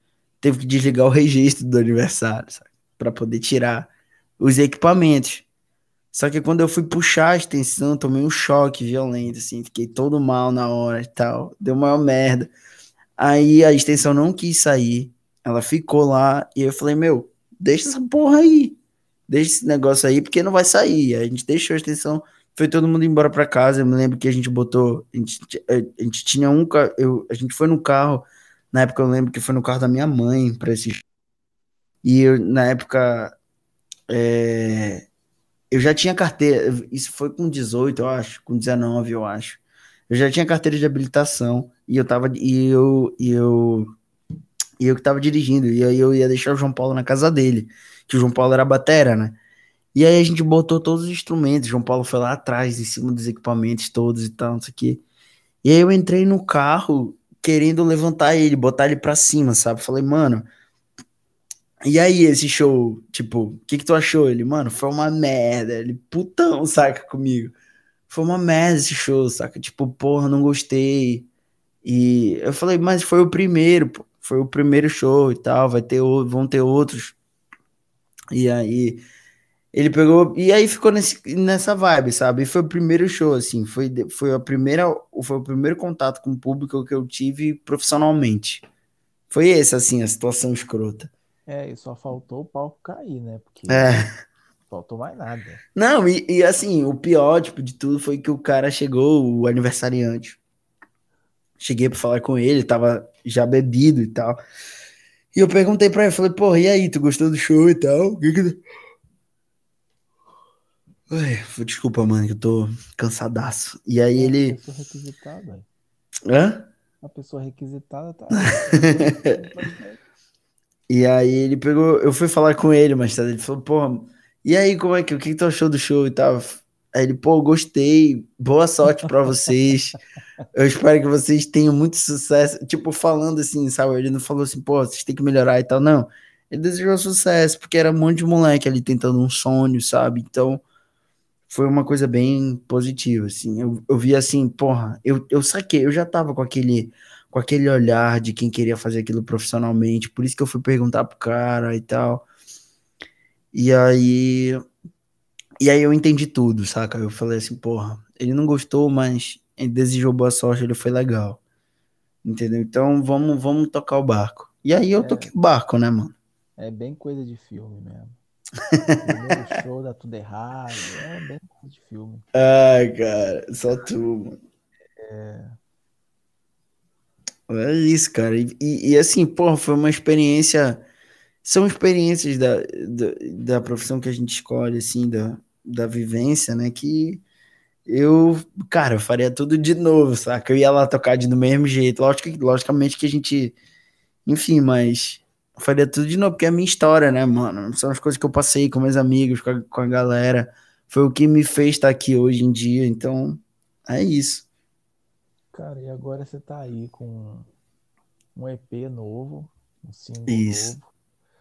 S2: teve que desligar o registro do aniversário, sabe? Pra poder tirar os equipamentos. Só que quando eu fui puxar a extensão, tomei um choque violento, assim, fiquei todo mal na hora e tal, deu maior merda. Aí a extensão não quis sair, ela ficou lá, e eu falei, meu, deixa essa porra aí, deixa esse negócio aí, porque não vai sair. Aí a gente deixou a extensão, foi todo mundo embora pra casa. Eu me lembro que a gente botou, a gente, a gente tinha um, eu, a gente foi no carro, na época eu lembro que foi no carro da minha mãe, pra esse, e eu, na época, é, eu já tinha carteira, isso foi com dezoito, eu acho, com dezenove, eu acho. Eu já tinha carteira de habilitação e eu tava e eu e eu e eu que tava dirigindo, e aí eu ia deixar o João Paulo na casa dele, que o João Paulo era batera, né? E aí a gente botou todos os instrumentos, o João Paulo foi lá atrás, em cima dos equipamentos todos e tal, não sei o quê. E aí eu entrei no carro querendo levantar ele, botar ele pra cima, sabe? Falei, mano, e aí, esse show, tipo, o que que tu achou? Ele, mano, foi uma merda. Ele, putão, saca, comigo. Foi uma merda esse show, saca? Tipo, porra, não gostei. E eu falei, mas foi o primeiro, pô. Foi o primeiro show e tal, vai ter, o- vão ter outros. E aí, ele pegou, e aí ficou nesse, nessa vibe, sabe? E foi o primeiro show, assim, foi, de- foi a primeira, foi o primeiro contato com o público que eu tive profissionalmente. Foi essa, assim, a situação escrota.
S1: É, e só faltou o palco cair, né? Porque
S2: É.
S1: faltou mais nada.
S2: Não, e, e assim, o pior, tipo, de tudo foi que o cara chegou, o aniversariante. Cheguei pra falar com ele, tava já bebido e tal. E eu perguntei pra ele, falei, porra, e aí, tu gostou do show e tal? O que que... Ai, desculpa, mano, que eu tô cansadaço. E aí
S1: É, a
S2: ele...
S1: pessoa requisitada.
S2: Hã?
S1: A pessoa requisitada tá aí. Perguntou no podcast.
S2: E aí ele pegou, eu fui falar com ele mais tarde, ele falou, pô, e aí, como é que, o que que tu achou do show e tal? Aí ele, pô, gostei, boa sorte pra vocês, eu espero que vocês tenham muito sucesso, tipo, falando assim, sabe, ele não falou assim, pô, vocês têm que melhorar e tal, não, ele desejou sucesso, porque era um monte de moleque ali tentando um sonho, sabe, então foi uma coisa bem positiva, assim, eu, eu vi assim, porra, eu, eu saquei, eu já tava com aquele, com aquele olhar de quem queria fazer aquilo profissionalmente, por isso que eu fui perguntar pro cara e tal, e aí, e aí eu entendi tudo, saca, eu falei assim, porra, ele não gostou, mas ele desejou boa sorte, ele foi legal, entendeu, então vamos, vamos tocar o barco, e aí eu
S1: É,
S2: toquei o barco, né, mano?
S1: é bem coisa de filme mesmo. Primeiro show dá tudo errado. É bem coisa de filme.
S2: Ai, cara, só tu, mano.
S1: É,
S2: É isso, cara. E, e, e, assim, porra, foi uma experiência. São experiências da, da, da profissão que a gente escolhe, assim, da, da vivência, né? Que eu, cara, eu faria tudo de novo, saca? Eu ia lá tocar de do mesmo jeito. Lógico, que- logicamente que a gente, enfim, mas eu faria tudo de novo, porque é a minha história, né, mano? São as coisas que eu passei com meus amigos, com a, com a galera. Foi o que me fez estar aqui hoje em dia. Então, é isso.
S1: cara, e agora você tá aí com um E P novo, um single
S2: Isso.
S1: novo,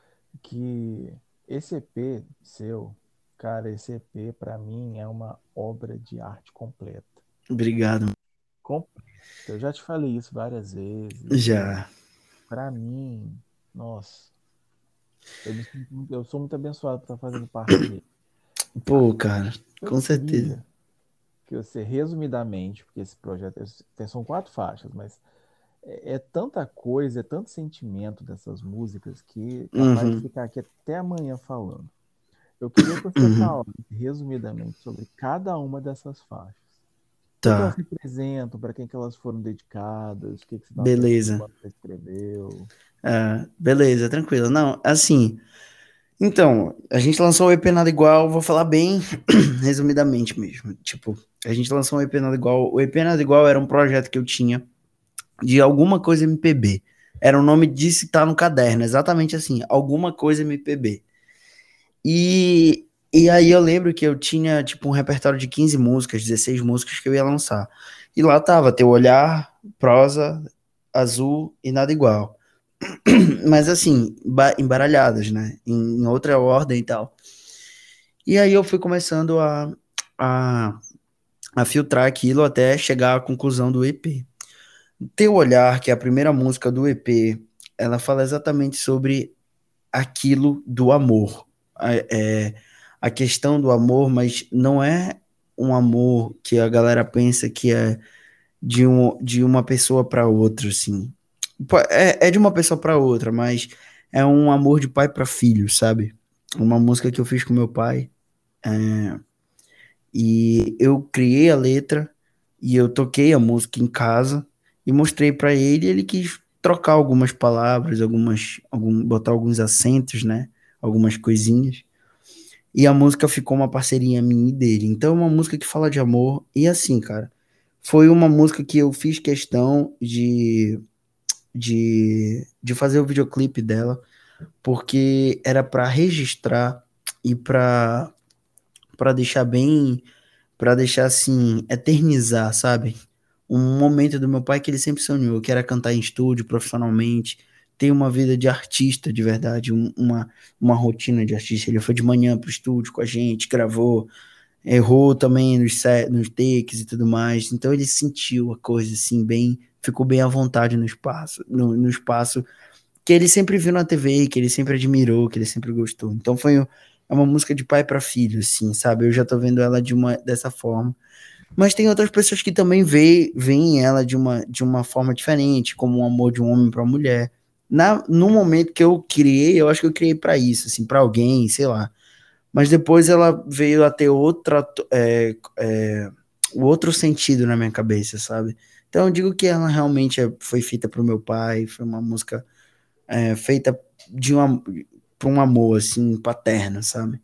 S1: que esse E P seu, cara, esse E P pra mim é uma obra de arte completa.
S2: Obrigado.
S1: Completa. Eu já te falei isso várias vezes e
S2: Já.
S1: pra mim, nossa, eu, me sinto muito- eu sou muito abençoado por estar fazendo parte dele.
S2: Pô, cara,
S1: Eu
S2: com certeza.
S1: queria que você, resumidamente, porque esse projeto tem, são quatro faixas, mas é, é tanta coisa, é tanto sentimento dessas músicas que é capaz de
S2: Uhum,
S1: ficar aqui até amanhã falando. Eu queria que você
S2: uhum.
S1: falasse, resumidamente, sobre cada uma dessas faixas. O que que elas
S2: Tá,
S1: representam, para quem que elas foram dedicadas, o que que você estava pensando
S2: beleza.
S1: quando você escreveu.
S2: Ah, beleza, tranquilo. Não, assim, então, a gente lançou o E P Nada Igual, vou falar bem resumidamente mesmo. Tipo, a gente lançou um E P Nada Igual. O E P Nada Igual era um projeto que eu tinha de alguma coisa M P B. Era o nome de citar no caderno, exatamente assim, alguma coisa M P B. E, e aí eu lembro que eu tinha, tipo, um repertório de quinze músicas, dezesseis músicas que eu ia lançar. E lá tava Teu Olhar, Prosa, Azul e Nada Igual. Mas assim, ba- embaralhadas, né? Em, em outra ordem e tal. E aí eu fui começando a, a, a filtrar aquilo até chegar à conclusão do E P. Teu Olhar, que é a primeira música do E P, ela fala exatamente sobre aquilo do amor. É, a questão do amor, mas não é um amor que a galera pensa que é de, um, de uma pessoa para outra, assim. É, é de uma pessoa para outra, mas é um amor de pai para filho, sabe? Uma música que eu fiz com meu pai. É, e eu criei a letra e eu toquei a música em casa e mostrei para ele, e ele quis trocar algumas palavras, algumas, algum, botar alguns acentos, né? Algumas coisinhas. E a música ficou uma parceria minha e dele. Então é uma música que fala de amor. E assim, cara, foi uma música que eu fiz questão de, de, de fazer o videoclipe dela, porque era para registrar e para para deixar bem, para deixar assim, eternizar, sabe? Um momento do meu pai que ele sempre sonhou, que era cantar em estúdio profissionalmente, ter uma vida de artista de verdade, um, uma, uma rotina de artista. Ele foi de manhã pro estúdio com a gente, gravou, errou também nos, set, nos takes e tudo mais. Então ele sentiu a coisa assim, bem, ficou bem à vontade no espaço, no, no espaço que ele sempre viu na T V, que ele sempre admirou, que ele sempre gostou. Então foi é uma música de pai para filho, assim, sabe? Eu já tô vendo ela de uma dessa forma. Mas tem outras pessoas que também veem, veem ela de uma, de uma forma diferente, como um amor de um homem para mulher. Na, no momento que eu criei, eu acho que eu criei para isso, assim, para alguém, sei lá. Mas depois ela veio a ter outra, é, é, outro sentido na minha cabeça, sabe? Então eu digo que ela realmente é, foi feita pro meu pai, foi uma música é, feita de uma, por um amor, assim, paterno, sabe?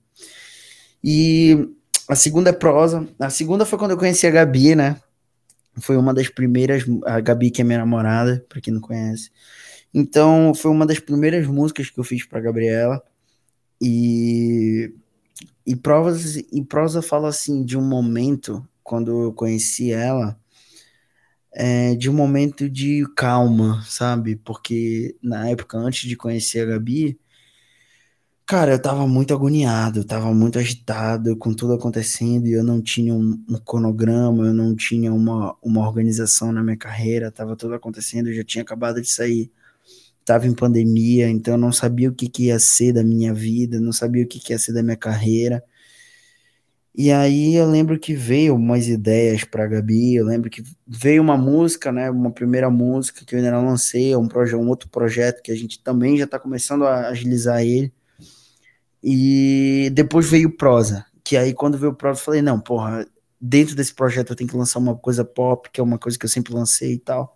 S2: E a segunda é prosa. A segunda foi quando eu conheci a Gabi, né? Foi uma das primeiras. A Gabi, que é minha namorada, pra quem não conhece. Então, foi uma das primeiras músicas que eu fiz pra Gabriela. E, e, provas, e prosa fala assim de um momento, quando eu conheci ela, é, de um momento de calma, sabe? Porque na época, antes de conhecer a Gabi, cara, eu tava muito agoniado, eu tava muito agitado com tudo acontecendo e eu não tinha um, um cronograma, eu não tinha uma, uma organização na minha carreira, tava tudo acontecendo, eu já tinha acabado de sair, tava em pandemia, então eu não sabia o que, que ia ser da minha vida, não sabia o que, que ia ser da minha carreira. E aí eu lembro que veio umas ideias pra Gabi, eu lembro que veio uma música, né, uma primeira música que eu ainda não lancei, um, proje um outro projeto que a gente também já tá começando a agilizar ele. E depois veio prosa, que aí quando veio prosa eu falei, não, porra, dentro desse projeto eu tenho que lançar uma coisa pop, que é uma coisa que eu sempre lancei e tal.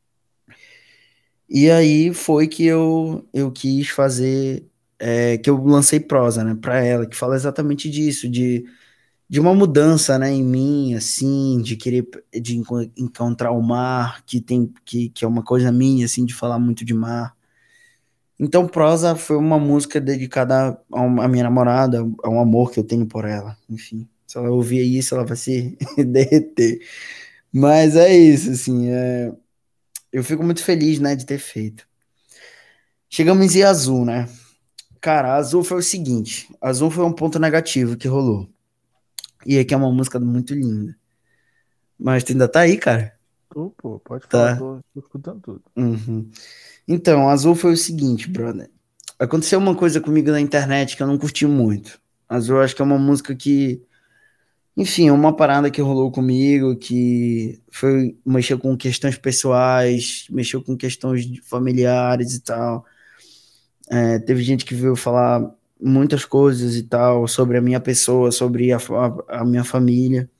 S2: E aí foi que eu, eu quis fazer, é, que eu lancei prosa, né, pra ela, que fala exatamente disso, de, de uma mudança, né, em mim, assim, de querer, de enco encontrar o mar, que tem, que, que é uma coisa minha, assim, de falar muito de mar. Então, Prosa foi uma música dedicada a uma- à minha namorada, a um amor que eu tenho por ela. Enfim, se ela ouvir isso, ela vai se derreter. Mas é isso, assim, é... eu fico muito feliz, né, de ter feito. Chegamos em Azul, né? Cara, Azul foi o seguinte, Azul foi um ponto negativo que rolou. E aqui é uma música muito linda. Mas tu ainda tá aí, cara?
S1: Tu, pô, pode falar,
S2: Tá.
S1: tô, tô escutando tudo.
S2: Uhum. Então, Azul foi o seguinte, brother. Aconteceu uma coisa comigo na internet que eu não curti muito. Azul, eu acho que é uma música que, enfim, é uma parada que rolou comigo, que foi, mexeu com questões pessoais, mexeu com questões de- familiares e tal. É, teve gente que veio falar muitas coisas e tal sobre a minha pessoa, sobre a, fa- a minha família.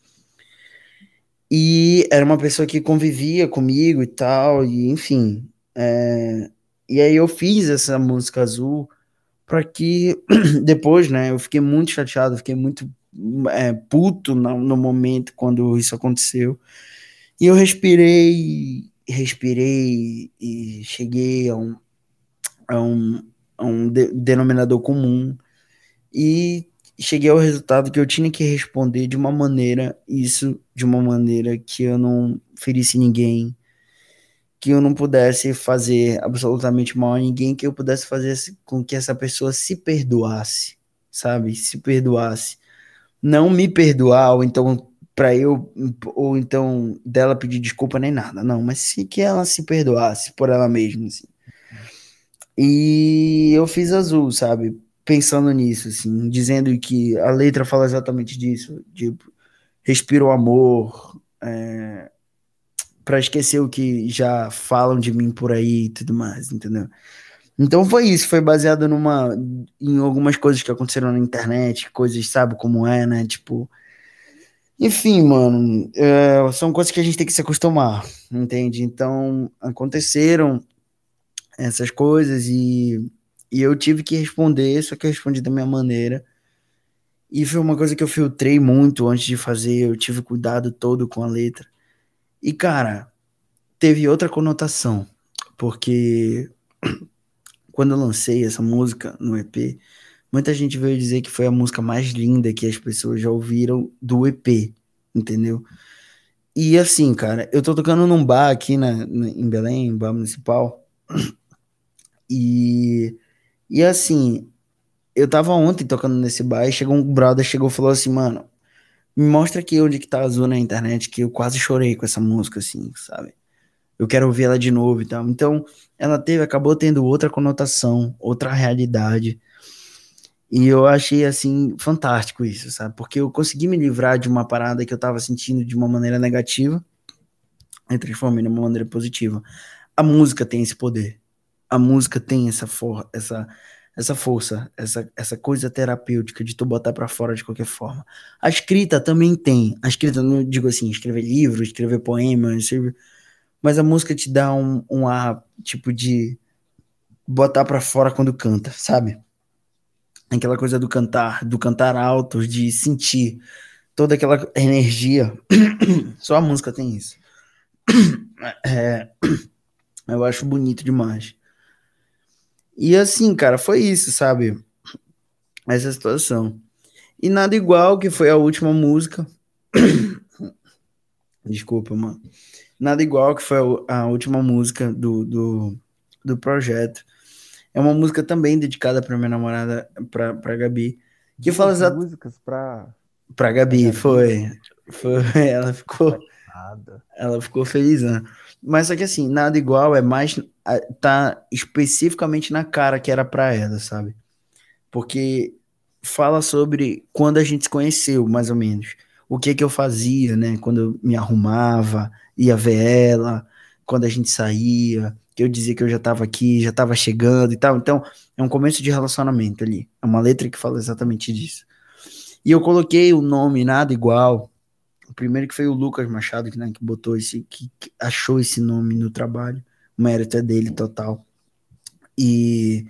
S2: E era uma pessoa que convivia comigo e tal, e enfim. é, E aí eu fiz essa música Azul para que depois, né, eu fiquei muito chateado, fiquei muito é, puto no, no momento quando isso aconteceu. E eu respirei, respirei e cheguei a um, a um, a um de- denominador comum e cheguei ao resultado que eu tinha que responder de uma maneira, isso de uma maneira que eu não ferisse ninguém, que eu não pudesse fazer absolutamente mal a ninguém, que eu pudesse fazer com que essa pessoa se perdoasse, sabe? Se perdoasse. Não me perdoar, ou então para eu, ou então dela pedir desculpa nem nada, não, mas sim que ela se perdoasse por ela mesma, assim. E eu fiz Azul, sabe? Pensando nisso, assim, dizendo que a letra fala exatamente disso, de respira o amor, é, para esquecer o que já falam de mim por aí e tudo mais, entendeu? Então foi isso, foi baseado numa em algumas coisas que aconteceram na internet, coisas, sabe como é, né? Tipo, enfim, mano, é, são coisas que a gente tem que se acostumar, entende? Então aconteceram essas coisas e, e eu tive que responder, só que eu respondi da minha maneira. E foi uma coisa que eu filtrei muito antes de fazer, eu tive cuidado todo com a letra. E, cara, teve outra conotação, porque quando eu lancei essa música no E P, muita gente veio dizer que foi a música mais linda que as pessoas já ouviram do E P, entendeu? E assim, cara, eu tô tocando num bar aqui na, na- em Belém, bar municipal, e, e assim, eu tava ontem tocando nesse bar e chegou um brother, chegou e falou assim, mano, me mostra aqui onde que tá azul na internet, que eu quase chorei com essa música, assim, sabe? Eu quero ouvir ela de novo e tal. Então, ela teve, acabou tendo outra conotação, outra realidade. E eu achei, assim, fantástico isso, sabe? Porque eu consegui me livrar de uma parada que eu tava sentindo de uma maneira negativa e transformei numa maneira positiva. A música tem esse poder. A música tem essa, for essa, essa força, essa, essa coisa terapêutica de tu botar pra fora de qualquer forma. A escrita também tem. A escrita, não digo assim, escrever livro, escrever poema, escrever... mas a música te dá um, um ar, tipo, de botar pra fora quando canta, sabe? Aquela coisa do cantar, do cantar alto, de sentir toda aquela energia. Só a música tem isso. É, eu acho bonito demais. E assim, cara, foi isso, sabe? Essa situação. E Nada Igual, que foi a última música. Desculpa, mano. Nada Igual, que foi a, a última música do, do, do projeto. É uma música também dedicada pra minha namorada, pra, pra Gabi. Que fala
S1: Duas
S2: exatamente.
S1: músicas pra,
S2: Pra
S1: pra
S2: Gabi,
S1: Gabi.
S2: foi. Foi. Ela ficou.
S1: Coitada.
S2: Ela ficou feliz, né? Mas só que assim, Nada Igual é mais. a- Tá especificamente na cara que era pra ela, sabe? Porque fala sobre quando a gente se conheceu, mais ou menos. O que que eu fazia, né? Quando eu me arrumava, ia ver ela, quando a gente saía, que eu dizia que eu já estava aqui, já estava chegando e tal. Então, é um começo de relacionamento ali. É uma letra que fala exatamente disso. E eu coloquei o nome Nada Igual. O primeiro que foi o Lucas Machado, que, né, que botou esse, que, que achou esse nome no trabalho. O mérito é dele total. E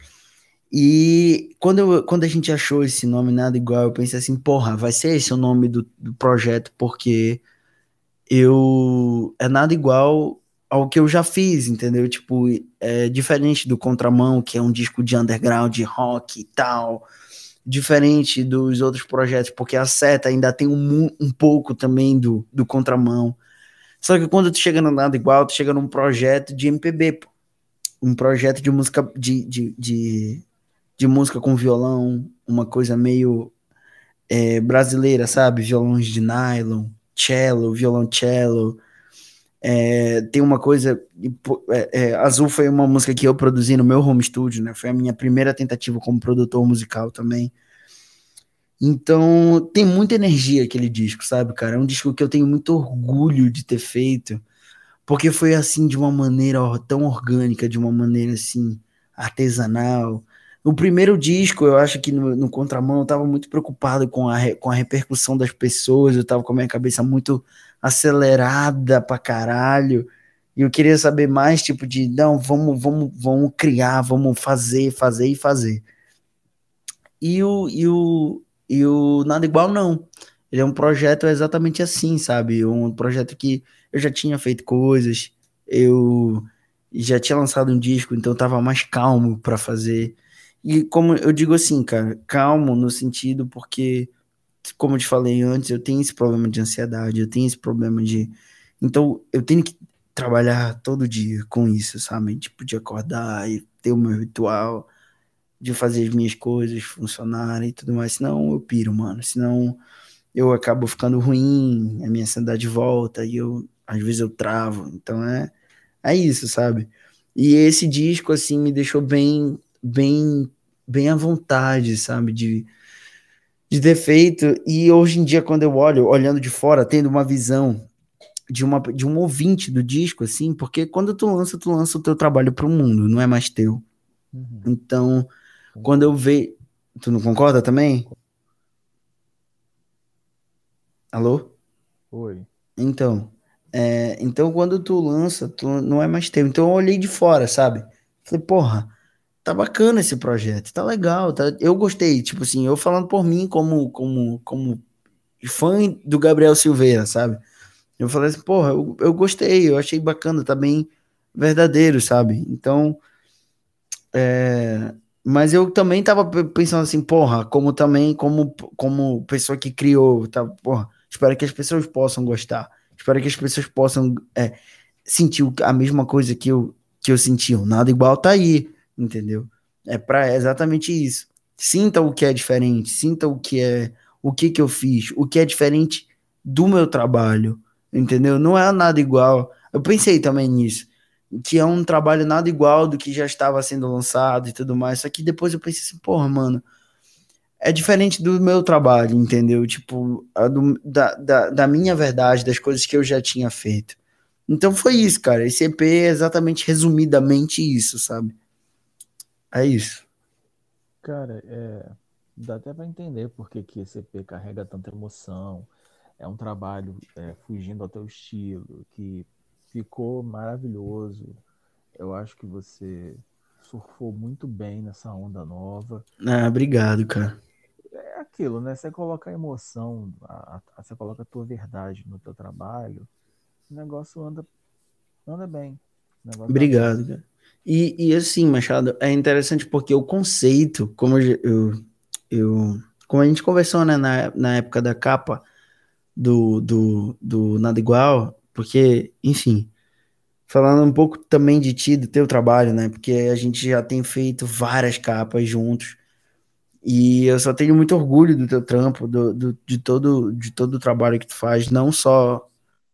S2: e quando, eu- quando a gente achou esse nome Nada Igual, eu pensei assim, porra, vai ser esse o nome do, do projeto, porque eu é nada igual ao que eu já fiz, entendeu? Tipo, é diferente do Contramão, que é um disco de underground, de rock e tal, diferente dos outros projetos, porque a Seta ainda tem um, mu- um pouco também do, do Contramão. Só que quando tu chega no Nada Igual, tu chega num projeto de M P B, pô. Um projeto de música de, de, de de música com violão, uma coisa meio é, brasileira, sabe? Violões de nylon, cello, violoncello. É, tem uma coisa. É, é, Azul foi uma música que eu produzi no meu home studio, né? Foi a minha primeira tentativa como produtor musical também. Então, tem muita energia aquele disco, sabe, cara? É um disco que eu tenho muito orgulho de ter feito, porque foi assim, de uma maneira or- tão orgânica, de uma maneira assim, artesanal. O primeiro disco, eu acho que no, no Contramão, eu estava muito preocupado com a, re- com a repercussão das pessoas, eu estava com a minha cabeça muito acelerada pra caralho, e eu queria saber mais, tipo, de, não, vamos, vamos, vamos criar, vamos fazer, fazer e fazer. E o, e o, e o Nada Igual, não. Ele é um projeto exatamente assim, sabe? Um projeto que eu já tinha feito coisas, eu já tinha lançado um disco, então eu tava mais calmo para fazer. E como eu digo assim, cara, calmo no sentido porque, como eu te falei antes, eu tenho esse problema de ansiedade, eu tenho esse problema de. Então eu tenho que trabalhar todo dia com isso, sabe? Tipo, de acordar e ter o meu ritual de fazer as minhas coisas funcionarem e tudo mais, senão eu piro, mano, senão eu acabo ficando ruim, a minha ansiedade volta e eu, às vezes eu travo, então é, é isso, sabe? E esse disco, assim, me deixou bem, bem, bem à vontade, sabe? De, de ter feito. E hoje em dia, quando eu olho, olhando de fora, tendo uma visão de, uma, de um ouvinte do disco, assim, porque quando tu lança, tu lança o teu trabalho pro mundo, não é mais teu.
S1: Uhum,
S2: Então, quando eu
S1: concordo.
S2: vejo. Tu não concorda também? Alô?
S1: Oi.
S2: Então, é, então quando tu lança, tu não é mais teu. Então eu olhei de fora, sabe? Falei, porra, tá bacana esse projeto, tá legal, tá... Eu gostei, tipo assim, eu falando por mim como como como fã do Gabriel Silveira, sabe? Eu falei assim, porra, eu, eu gostei, eu achei bacana, tá bem verdadeiro, sabe? Então, é... mas eu também tava pe- pensando assim, porra, como também, como, como pessoa que criou, tá, porra, espero que as pessoas possam gostar, espero que as pessoas possam é, sentir o- a mesma coisa que eu, que eu senti, o nada igual tá aí, entendeu? É para exatamente isso. Sinta o que é diferente, sinta o que é, o que que eu fiz, o que é diferente do meu trabalho, entendeu? Não é nada igual. Eu pensei também nisso, que é um trabalho nada igual do que já estava sendo lançado e tudo mais. Só que depois eu pensei assim, porra, mano, é diferente do meu trabalho, entendeu? Tipo, a do- da, da, da minha verdade, das coisas que eu já tinha feito. Então foi isso, cara. Esse E P é exatamente, resumidamente isso, sabe? É isso.
S1: Cara, é, dá até pra entender por que que esse E P carrega tanta emoção. É um trabalho é, fugindo ao teu estilo, que ficou maravilhoso. Eu acho que você surfou muito bem nessa onda nova.
S2: Ah, obrigado, cara.
S1: É aquilo, né? Você coloca a emoção, a, a- você coloca a tua verdade no teu trabalho, o negócio anda, anda bem. O negócio dá certo.
S2: Obrigado, cara. E, e assim, Machado, é interessante porque o conceito, como eu, eu, eu- como a gente conversou, né, na, na época da capa do, do, do Nada Igual, porque, enfim, falando um pouco também de ti, do teu trabalho, né, porque a gente já tem feito várias capas juntos. E eu só tenho muito orgulho do teu trampo, do, do- de todo, de todo o trabalho que tu faz, não só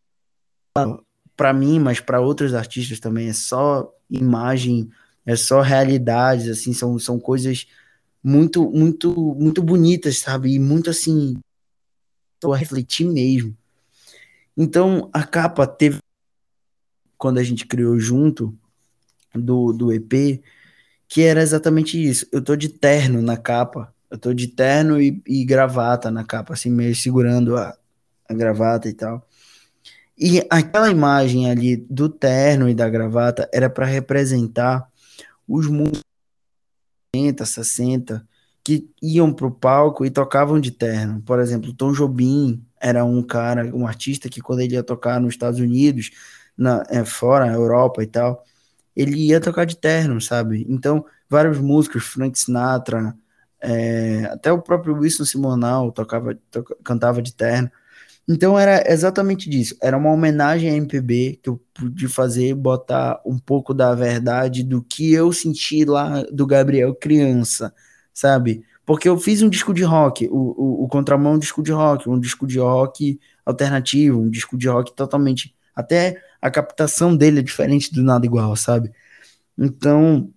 S2: para mim, mas para outros artistas também. É só imagem, é só realidades, assim, são, são coisas muito, muito, muito bonitas, sabe? E muito assim, tô a refletir mesmo. Então, a capa teve, quando a gente criou junto do, do E P, que era exatamente isso. Eu tô de terno na capa, eu tô de terno e, e gravata na capa, assim, meio segurando a, a gravata e tal. E aquela imagem ali do terno e da gravata era para representar os músicos cinquenta, sessenta que iam pro palco e tocavam de terno. Por exemplo, Tom Jobim era um cara, um artista que quando ele ia tocar nos Estados Unidos, na, é, fora, na Europa e tal, ele ia tocar de terno, sabe? Então, vários músicos, Frank Sinatra, é, até o próprio Wilson Simonal tocava, toca, cantava de terno. Então era exatamente disso. Era uma homenagem à M P B que eu pude fazer, botar um pouco da verdade do que eu senti lá do Gabriel criança, sabe? Porque eu fiz um disco de rock, o, o, o Contramão é um disco de rock, um disco de rock alternativo, um disco de rock totalmente. Até a captação dele é diferente do Nada Igual, sabe? Então,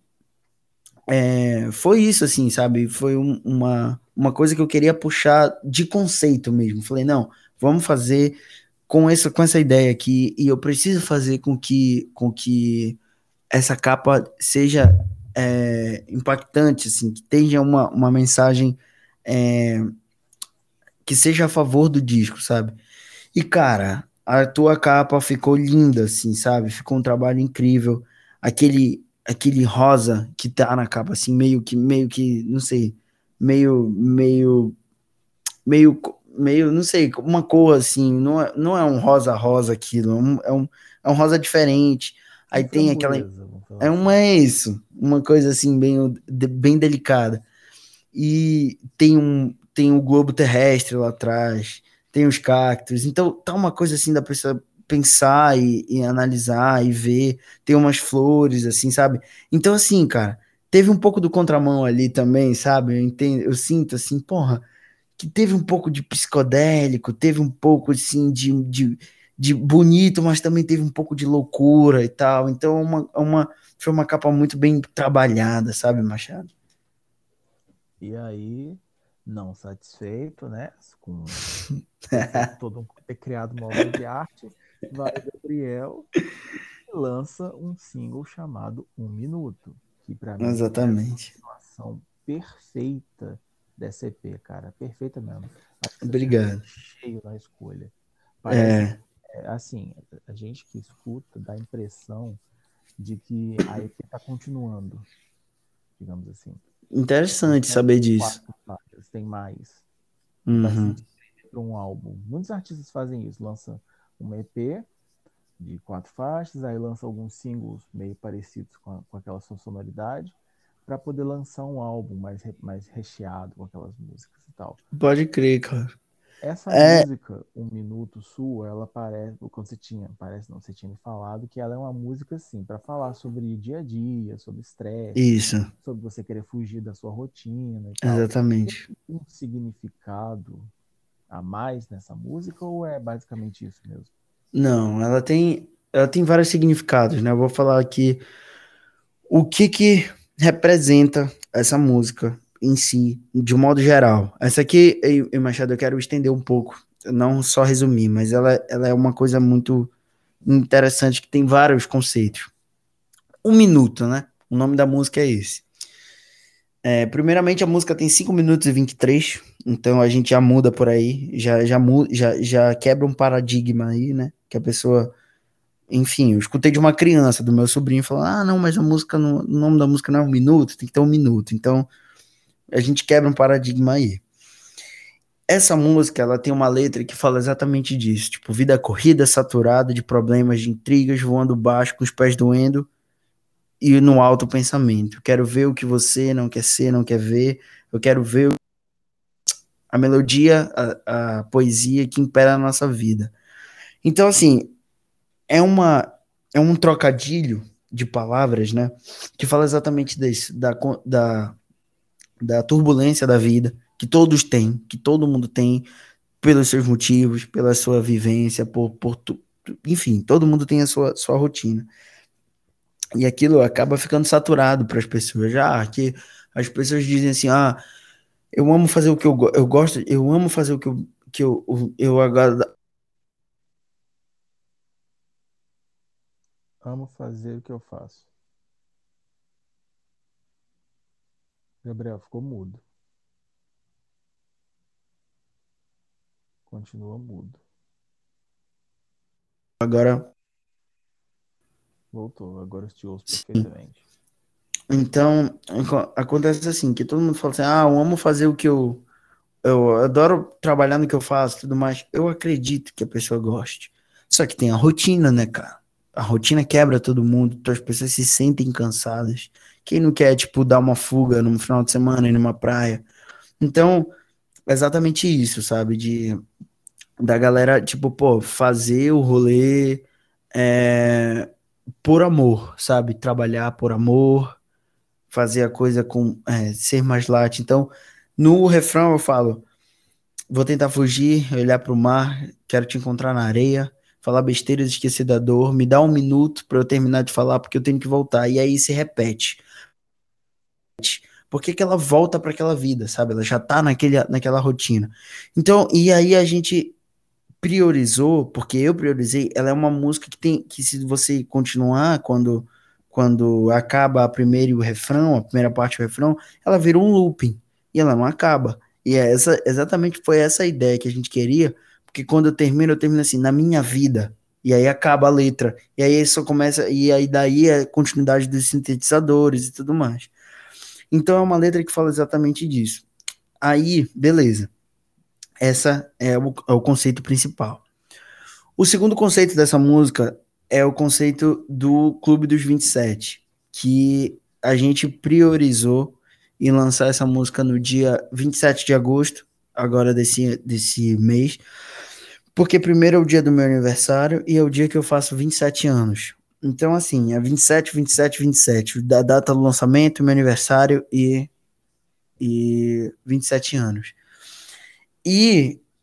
S2: é, foi isso, assim, sabe? Foi um- uma, uma coisa que eu queria puxar de conceito mesmo. Falei, não, vamos fazer com essa, com essa ideia aqui, e eu preciso fazer com que, com que essa capa seja é, impactante, assim, que tenha uma, uma mensagem é, que seja a favor do disco, sabe? E, cara, a tua capa ficou linda, assim, sabe? Ficou um trabalho incrível. Aquele, aquele rosa que tá na capa, assim, meio que, meio que, não sei, meio, meio meio, meio, não sei, uma cor assim, não é, não é um rosa rosa aquilo, é um, é um, é um rosa diferente.
S1: Um
S2: Aí tem aquela,
S1: framboesa, vamos falar
S2: é uma
S1: assim.
S2: é isso, uma coisa assim bem, de- bem delicada. E tem um, tem o globo terrestre lá atrás, tem os cactos. Então tá uma coisa assim da pessoa pensar e, e analisar e ver. Tem umas flores assim, sabe? Então assim, cara, teve um pouco do contramão ali também, sabe? Eu entendo, eu sinto assim, porra, que teve um pouco de psicodélico, teve um pouco assim de, de, de bonito, mas também teve um pouco de loucura e tal. Então, é uma, é uma, foi uma capa muito bem trabalhada, sabe, Machado?
S1: E aí, não satisfeito, né? Com ter feito todo um, ter criado uma obra de arte, vai o Gabriel e lança um single chamado Um Minuto, que para mim é a
S2: Exatamente.
S1: continuação perfeita dessa E P, cara, perfeita mesmo. Acho que você acertou em
S2: Obrigado.
S1: cheio na escolha. Parece,
S2: É,
S1: é, assim, a gente que escuta dá a impressão de que a E P está continuando, digamos assim. Não
S2: interessante
S1: são
S2: saber disso.
S1: quatro faixas, tem mais. E vai se
S2: Uhum.
S1: desprender para um álbum. Muitos artistas fazem isso, lançam uma E P de quatro faixas, aí lançam alguns singles meio parecidos com, a, com aquela sua sonoridade, para poder lançar um álbum mais, mais recheado com aquelas músicas e tal.
S2: Pode crer, cara.
S1: Essa
S2: É
S1: música, Um Minuto sua, ela parece, quando você tinha, parece não, você tinha me falado que ela é uma música assim, para falar sobre dia a dia, sobre estresse,
S2: isso,
S1: sobre você querer fugir da sua rotina e tal. Tem
S2: exatamente.
S1: um significado a mais nessa música ou é basicamente isso mesmo?
S2: Não, ela tem, ela tem vários significados, né? Eu vou falar aqui o que que representa essa música em si, de um modo geral. Essa aqui, eu, eu, Machado, eu quero estender um pouco, não só resumir, mas ela, ela é uma coisa muito interessante que tem vários conceitos. Um minuto, né? O nome da música é esse. É, primeiramente, a música tem cinco minutos e vinte e três, então a gente já muda por aí, já, já, já, já quebra um paradigma aí, né? Que a pessoa. Enfim, eu escutei de uma criança, do meu sobrinho, falando: ah, não, mas a música, não, o nome da música não é um minuto, tem que ter um minuto. Então, a gente quebra um paradigma aí. Essa música, ela tem uma letra que fala exatamente disso, tipo, vida corrida, saturada de problemas, de intrigas, voando baixo, com os pés doendo, e no alto pensamento. Quero ver o que você não quer ser, não quer ver. Eu quero ver a melodia, a, a poesia que impera na nossa vida. Então, assim, é uma é um trocadilho de palavras, né? Que fala exatamente disso, da, da, da turbulência da vida, que todos têm, que todo mundo tem, pelos seus motivos, pela sua vivência, por, por tu, enfim, todo mundo tem a sua, sua rotina. E aquilo acaba ficando saturado para as pessoas. Já que as pessoas dizem assim: ah, eu amo fazer o que eu, eu gosto, eu amo fazer o que eu, que eu, eu agora.
S1: Amo fazer o que eu faço. Gabriel ficou mudo. Continua mudo.
S2: Agora,
S1: Voltou, agora eu te ouço perfeitamente.
S2: então, acontece assim, que todo mundo fala assim: ah, eu amo fazer o que eu. Eu adoro trabalhar no que eu faço e tudo mais. Eu acredito que a pessoa goste. Só que tem a rotina, né, cara? A rotina quebra todo mundo, então as pessoas se sentem cansadas. Quem não quer, tipo, dar uma fuga no final de semana, ir numa praia? Então, é exatamente isso, sabe? De, da galera, tipo, pô, fazer o rolê é, por amor, sabe? Trabalhar por amor, fazer a coisa com é, ser mais light. Então, no refrão eu falo: vou tentar fugir, olhar para o mar, quero te encontrar na areia, falar besteiras, esquecer da dor, me dá um minuto para eu terminar de falar porque eu tenho que voltar. E aí se repete. Por que que ela volta para aquela vida, sabe? Ela já tá naquele, naquela rotina. Então, e aí a gente priorizou, porque eu priorizei, ela é uma música que tem que se você continuar quando quando acaba a primeira e o refrão, a primeira parte do refrão, ela vira um looping e ela não acaba. E é essa exatamente foi essa a ideia que a gente queria, porque quando eu termino, eu termino assim, na minha vida. E aí acaba a letra. E aí só começa e aí daí é a continuidade dos sintetizadores e tudo mais. Então é uma letra que fala exatamente disso. Aí, beleza. Essa é o, é o conceito principal. O segundo conceito dessa música é o conceito do Clube dos vinte e sete, que a gente priorizou em lançar essa música no dia vinte e sete de agosto, agora desse, desse mês, porque primeiro é o dia do meu aniversário e é o dia que eu faço vinte e sete anos. Então, assim, é vinte e sete, vinte e sete, vinte e sete, da data do lançamento, meu aniversário e, e vinte e sete anos. E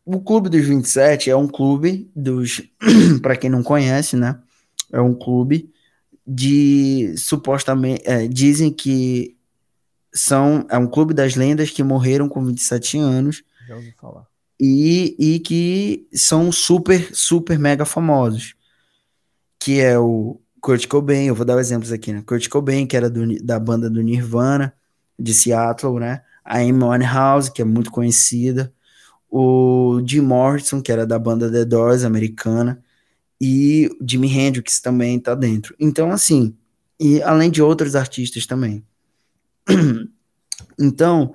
S2: o Clube dos vinte e sete é um clube dos, para quem não conhece, né? É um clube de supostamente, é, dizem que são, é um clube das lendas que morreram com vinte e sete anos
S1: Já ouvi falar.
S2: e, e que são super, super mega famosos, que é o Kurt Cobain. Eu vou dar exemplos aqui, né? Kurt Cobain, que era do, da banda do Nirvana, de Seattle, né? A Amy Winehouse, que é muito conhecida, o Jim Morrison, que era da banda The Doors, americana, e Jimi Hendrix também tá dentro. Então, assim, e além de outros artistas também. Então,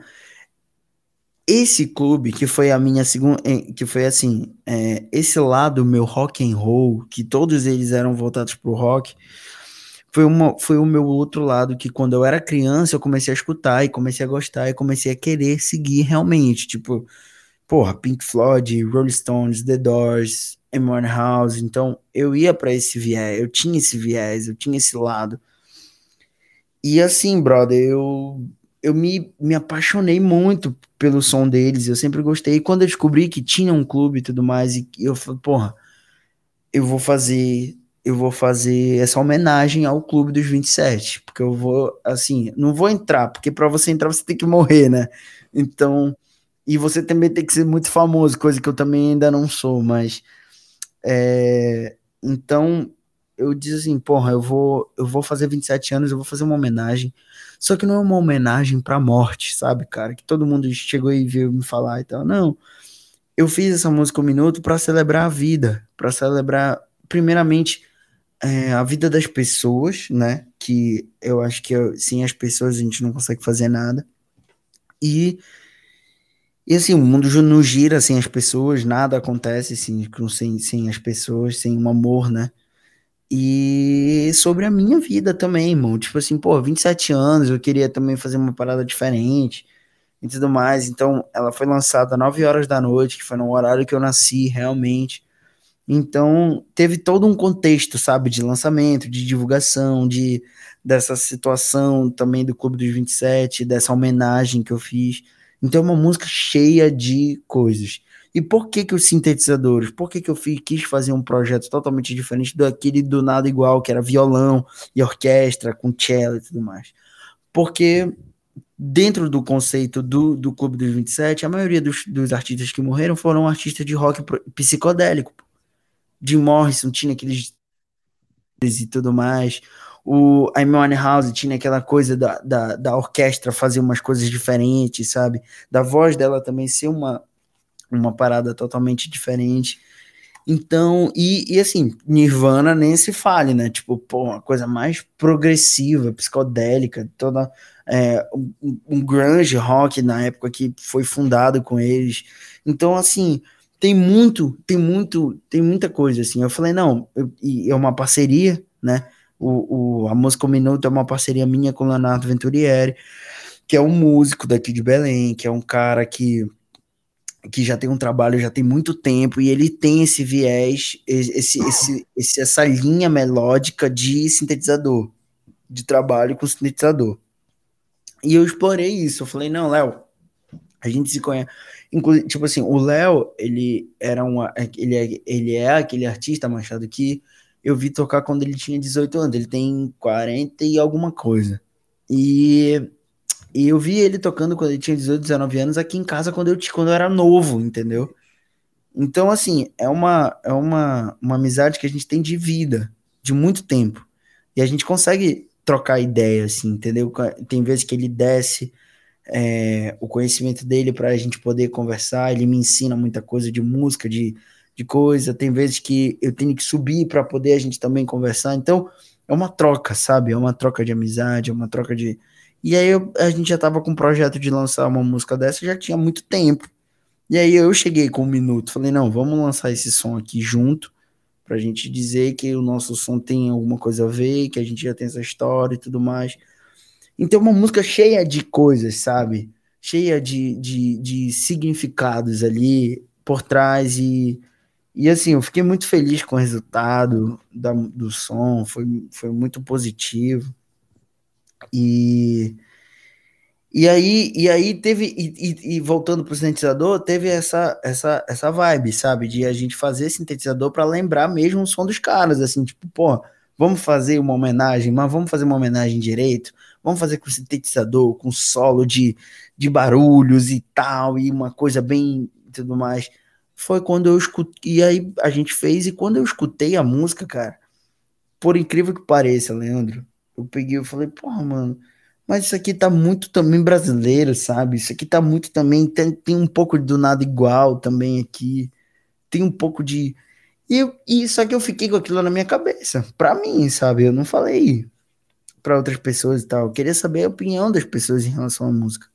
S2: esse clube que foi a minha segunda, que foi assim, é, esse lado meu rock and roll, que todos eles eram voltados pro rock, foi uma, foi o meu outro lado que quando eu era criança eu comecei a escutar e comecei a gostar e comecei a querer seguir realmente, tipo, porra, Pink Floyd, Rolling Stones, The Doors, Amy Winehouse. Então eu ia para esse viés, eu tinha esse viés, eu tinha esse lado. E assim, brother, eu eu me, me apaixonei muito pelo som deles, eu sempre gostei. E quando eu descobri que tinha um clube e tudo mais, e eu falei, porra, eu vou fazer, eu vou fazer essa homenagem ao Clube dos vinte e sete, porque eu vou, assim, não vou entrar, porque para você entrar você tem que morrer, né? Então, e você também tem que ser muito famoso, coisa que eu também ainda não sou, mas é, então eu disse assim, porra, eu vou, eu vou fazer vinte e sete anos, eu vou fazer uma homenagem. Só que não é uma homenagem pra morte, sabe, cara? Que todo mundo chegou e veio me falar e tal. Não, eu fiz essa música um minuto para celebrar a vida, para celebrar, primeiramente, é, a vida das pessoas, né? Que eu acho que eu, sem as pessoas a gente não consegue fazer nada. E, e assim, o mundo ju- não gira sem as pessoas, nada acontece sem, com- sem, sem as pessoas, sem o amor, né? E sobre a minha vida também, irmão. Tipo assim, pô, vinte e sete anos, eu queria também fazer uma parada diferente e tudo mais. Então, ela foi lançada nove horas da noite, que foi no horário que eu nasci, realmente. Então, teve todo um contexto, sabe, de lançamento, de divulgação, de dessa situação também do Clube dos vinte e sete, dessa homenagem que eu fiz. Então, é uma música cheia de coisas. E por que que os sintetizadores? Por que que eu fiz, quis fazer um projeto totalmente diferente daquele do nada igual, que era violão e orquestra, com cello e tudo mais? Porque dentro do conceito do, do Clube dos vinte e sete, a maioria dos, dos artistas que morreram foram artistas de rock pro- psicodélico. Jim Morrison tinha aqueles e tudo mais. O Amy Winehouse tinha aquela coisa da, da, da orquestra fazer umas coisas diferentes, sabe? Da voz dela também ser uma, uma parada totalmente diferente. Então, e, e assim, Nirvana nem se fale, né? Tipo, pô, uma coisa mais progressiva, psicodélica, toda é, um, um grunge rock na época que foi fundado com eles. Então, assim, tem muito, tem muito, tem muita coisa, assim. Eu falei, não, eu, e é uma parceria, né? O, o, a música Um Minuto é uma parceria minha com o Leonardo Venturieri, que é um músico daqui de Belém, que é um cara que que já tem um trabalho já tem muito tempo e ele tem esse viés, esse, esse, esse, essa linha melódica de sintetizador, de trabalho com sintetizador. E eu explorei isso. Eu falei, não, Léo, a gente se conhece. Inclusive, tipo assim, o Léo, ele era uma, ele é, ele é aquele artista, Machado, que eu vi tocar quando ele tinha dezoito anos. Ele tem quarenta e alguma coisa. E e eu vi ele tocando quando ele tinha dezoito, dezenove anos aqui em casa quando eu, quando eu era novo, entendeu? Então, assim, é uma, é uma, uma amizade que a gente tem de vida, de muito tempo. E a gente consegue trocar ideia, assim, entendeu? Tem vezes que ele desce é, o conhecimento dele para a gente poder conversar, ele me ensina muita coisa de música, de, de coisa. Tem vezes que eu tenho que subir para poder a gente também conversar. Então, é uma troca, sabe? É uma troca de amizade, é uma troca de. E aí eu- a gente já tava com um projeto de lançar uma música dessa já tinha muito tempo. E aí eu cheguei com um minuto, falei, não, vamos lançar esse som aqui junto, pra gente dizer que o nosso som tem alguma coisa a ver, que a gente já tem essa história e tudo mais. Então, uma música cheia de coisas, sabe? Cheia de, de, de significados ali por trás e, e assim, eu fiquei muito feliz com o resultado da, do som, foi, foi muito positivo e E aí, e aí teve, e, e- e voltando pro sintetizador, teve essa, essa, essa vibe, sabe? De a gente fazer sintetizador para lembrar mesmo o som dos caras, assim, tipo, pô, vamos fazer uma homenagem, mas vamos fazer uma homenagem direito, vamos fazer com sintetizador, com solo de, de barulhos e tal, e uma coisa bem e tudo mais. Foi quando eu escutei, e aí a gente fez, e quando eu escutei a música, cara, por incrível que pareça, Leandro, eu peguei e falei, porra, mano, mas isso aqui tá muito também brasileiro, sabe? Isso aqui tá muito também, tem, tem um pouco do nada igual também aqui, tem um pouco de. E, eu- e só que eu fiquei com aquilo na minha cabeça, pra mim, sabe? Eu não falei pra outras pessoas e tal, eu queria saber a opinião das pessoas em relação à música.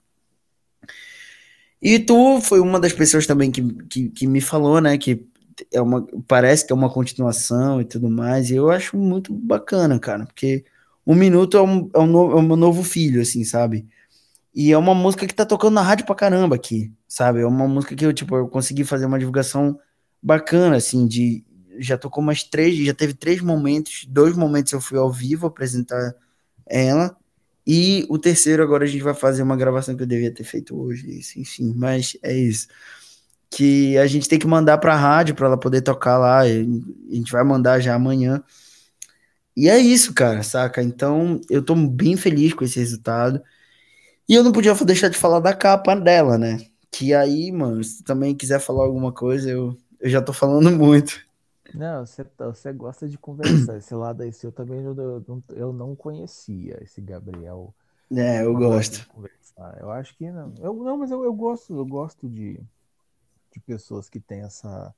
S2: E tu foi uma das pessoas também que, que, que me falou, né, que é uma, parece que é uma continuação e tudo mais, e eu acho muito bacana, cara, porque um minuto é um, é um, no- é um novo filho, assim, sabe? E é uma música que tá tocando na rádio pra caramba aqui, sabe? É uma música que eu, tipo, eu consegui fazer uma divulgação bacana, assim, de... Já tocou mais três, já teve três momentos, dois momentos eu fui ao vivo apresentar ela, e o terceiro agora a gente vai fazer uma gravação que eu devia ter feito hoje, isso, enfim, mas é isso. Que a gente tem que mandar pra rádio pra ela poder tocar lá, e a gente vai mandar já amanhã. E é isso, cara, saca? Então eu tô bem feliz com esse resultado. E eu não podia deixar de falar da capa dela, né? Que aí, mano, se tu também quiser falar alguma coisa, eu, eu já tô falando muito.
S1: Não, você, tá- você gosta de conversar. Esse lado aí seu também eu, eu não eu não conhecia, esse Gabriel.
S2: É, eu
S1: Gosta de
S2: gosto.
S1: conversar. Eu acho que não. Eu, não, mas eu, eu gosto, eu gosto de, de pessoas que têm essa,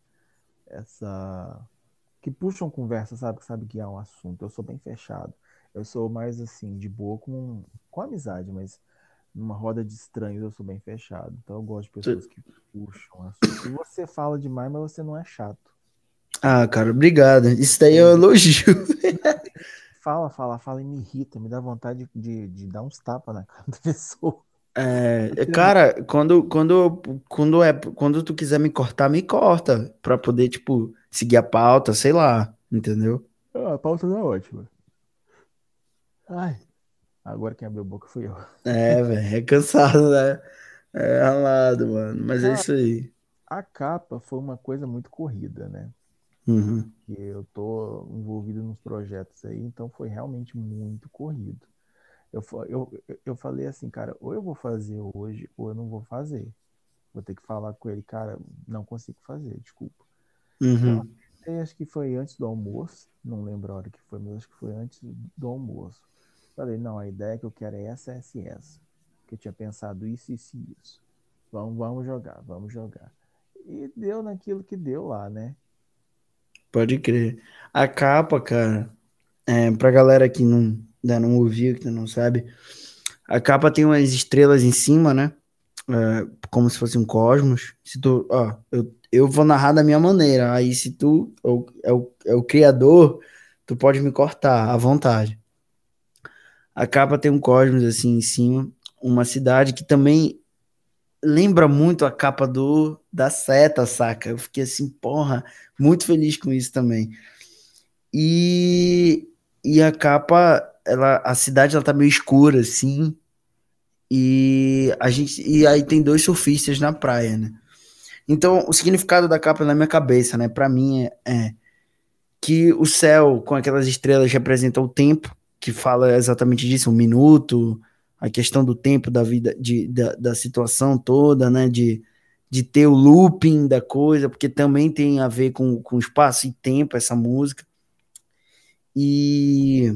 S1: essa, que puxam conversa, sabe? Que sabe que há um assunto. Eu sou bem fechado. Eu sou mais assim, de boa com, com amizade, mas numa roda de estranhos eu sou bem fechado. Então eu gosto de pessoas
S2: Tu-
S1: que puxam assunto. E você fala demais, mas você não é chato.
S2: Ah, cara, obrigado. Isso daí é um
S1: Tem,
S2: elogio.
S1: não, tem gente que fala, fala, fala e me irrita, me dá vontade de, de, de dar uns tapas na cara da pessoa.
S2: É,
S1: Você não.
S2: cara, quando, quando, quando, é, quando tu quiser me cortar, me corta. Pra poder, tipo, seguir a pauta, sei lá, entendeu?
S1: Ah, a pauta tá ótima. Ai, agora quem abriu a boca fui eu.
S2: É, velho, é cansado, né? É ralado, mano. Mas é
S1: Cara,
S2: isso aí.
S1: a capa foi uma coisa muito corrida, né?
S2: Uhum.
S1: Que eu tô envolvido nos projetos aí, então foi realmente muito corrido. Eu, fa- eu, eu falei assim, cara, ou eu vou fazer hoje, ou eu não vou fazer. Vou ter que falar com ele, cara, não consigo fazer, desculpa. Eu
S2: Uhum.
S1: até acho que foi antes do almoço, não lembro a hora que foi, mas acho que foi antes do almoço. Falei, não, a ideia que eu quero é essa, essa e essa. Que eu tinha pensado isso, isso e isso. Vamos, vamos jogar, vamos jogar. E deu naquilo que deu lá, né?
S2: Pode crer. A capa, cara, é, pra galera que não, ainda não ouviu, que não sabe, a capa tem umas estrelas em cima, né? É, como se fosse um cosmos. Se tu, ó, eu, eu vou narrar da minha maneira. Aí, se tu é o, é o, é o criador, tu pode me cortar à vontade. A capa tem um cosmos assim em cima, uma cidade que também lembra muito a capa do da Seta, saca? Eu fiquei assim, porra, muito feliz com isso também. E, e a capa, ela, a cidade ela tá meio escura assim, e a gente e aí tem dois surfistas na praia, né? Então, o significado da capa na minha cabeça, né, para mim é, é que o céu com aquelas estrelas representa o tempo, que fala exatamente disso, um minuto, a questão do tempo da vida, de, da, da situação toda, né, de, de ter o looping da coisa, porque também tem a ver com, com espaço e tempo essa música. E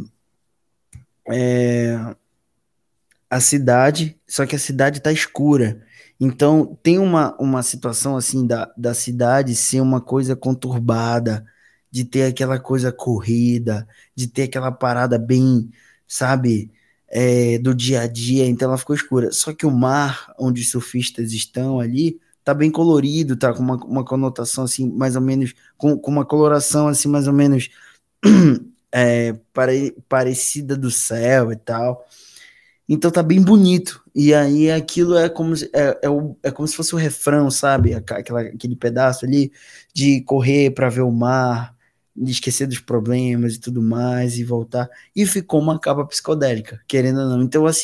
S2: é, a cidade, só que a cidade está escura. Então tem uma, uma situação assim da, da cidade ser uma coisa conturbada, de ter aquela coisa corrida, de ter aquela parada bem, sabe, é, do dia a dia. Então ela ficou escura. Só que o mar, onde os surfistas estão ali, tá bem colorido, tá com uma, uma conotação assim, mais ou menos, com, com uma coloração assim, mais ou menos é, pare, parecida do céu e tal. Então tá bem bonito. E aí aquilo é como, se- é, é, o- é como se fosse o refrão, sabe? Aquela, aquele pedaço ali de correr para ver o mar, de esquecer dos problemas e tudo mais, e voltar. E ficou uma capa psicodélica, querendo ou não. Então, assim,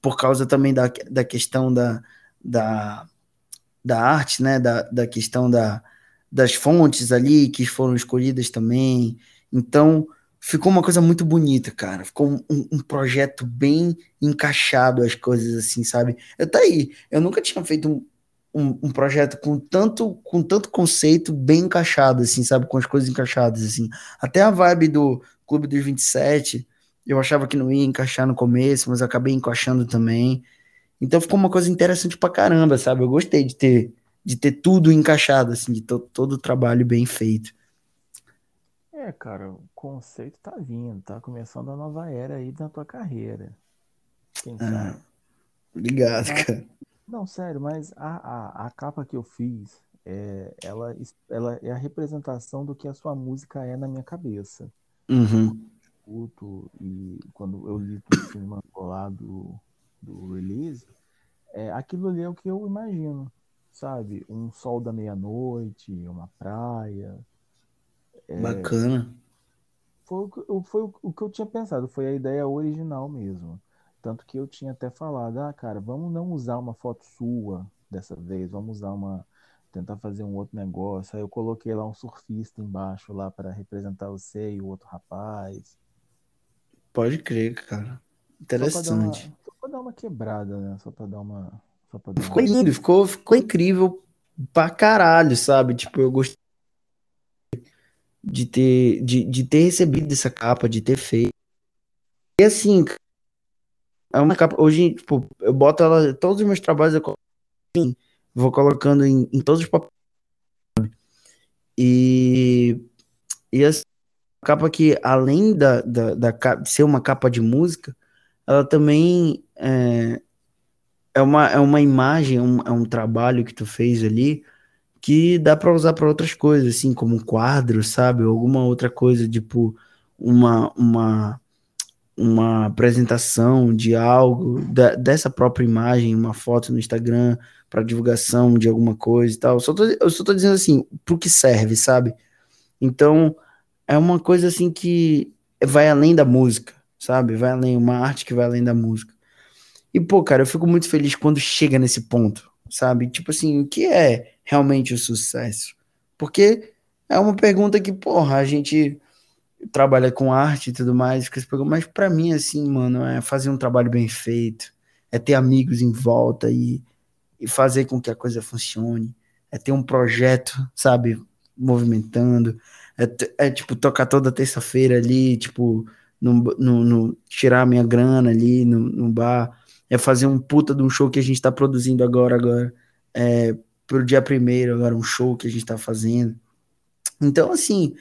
S2: por causa também da, da questão da, da, da arte, né? Da, da questão da, das fontes ali que foram escolhidas também. Então, ficou uma coisa muito bonita, cara. Ficou um, um, um projeto bem encaixado, as coisas assim, sabe? Eu tá aí, eu nunca tinha feito um, um, um projeto com tanto, com tanto conceito bem encaixado, assim, sabe? Com as coisas encaixadas, assim. Até a vibe do Clube dos vinte e sete, eu achava que não ia encaixar no começo, mas acabei encaixando também. Então ficou uma coisa interessante pra caramba, sabe? Eu gostei de ter, de ter tudo encaixado, assim, de to, todo o trabalho bem feito.
S1: É, cara, o conceito tá vindo, tá começando a nova era aí na tua carreira. Quem
S2: Ah,
S1: sabe?
S2: obrigado,
S1: Mas,
S2: cara.
S1: não, sério, mas a, a, a capa que eu fiz, é, ela, es- ela é a representação do que a sua música é na minha cabeça.
S2: Uhum.
S1: Escuto e quando eu li tudo que você me mandou lá do, do release, é, aquilo ali é o que eu imagino, sabe? Um sol da meia-noite, uma praia.
S2: Bacana.
S1: Foi, o que eu- foi o o que eu tinha pensado, foi a ideia original mesmo. Tanto que eu tinha até falado, ah, cara, vamos não usar uma foto sua dessa vez, vamos usar uma, tentar fazer um outro negócio. Aí eu coloquei lá um surfista embaixo lá para representar você e o outro rapaz,
S2: Pode crer, cara.
S1: só para dar
S2: Interessante.
S1: uma, só para dar uma quebrada, né? Só para dar uma, só para dar
S2: Ficou
S1: uma.
S2: lindo, ficou, ficou incrível pra caralho, sabe? Tipo, eu gostei de ter, de, de ter recebido essa capa, de ter feito. E assim, é uma capa. Hoje, tipo, eu boto ela. Todos os meus trabalhos eu coloco assim, vou colocando em, em todos os papéis. E, e essa capa que, além da, da, da ca- de ser uma capa de música, ela também é, é uma, é uma imagem, é um, é um trabalho que tu fez ali que dá para usar para outras coisas, assim, como um quadro, sabe? Ou alguma outra coisa, tipo uma, uma, uma apresentação de algo, da, dessa própria imagem, uma foto no Instagram para divulgação de alguma coisa e tal. Só tô, eu só tô dizendo assim, pro que serve, sabe? Então, é uma coisa assim que vai além da música, sabe? Vai além, uma arte que vai além da música. E, pô, cara, eu fico muito feliz quando chega nesse ponto, sabe? Tipo assim, o que é realmente o sucesso? Porque é uma pergunta que, porra, a gente trabalha com arte e tudo mais, fica se perguntando, mas pra mim, assim, mano, é fazer um trabalho bem feito, é ter amigos em volta e, e fazer com que a coisa funcione, é ter um projeto, sabe, movimentando, é, t- é tipo, tocar toda terça-feira ali, tipo, no, no, no- tirar a minha grana ali no, no bar, é fazer um puta de um show que a gente tá produzindo agora, agora, é, pro dia primeiro, agora um show que a gente tá fazendo. Então, assim,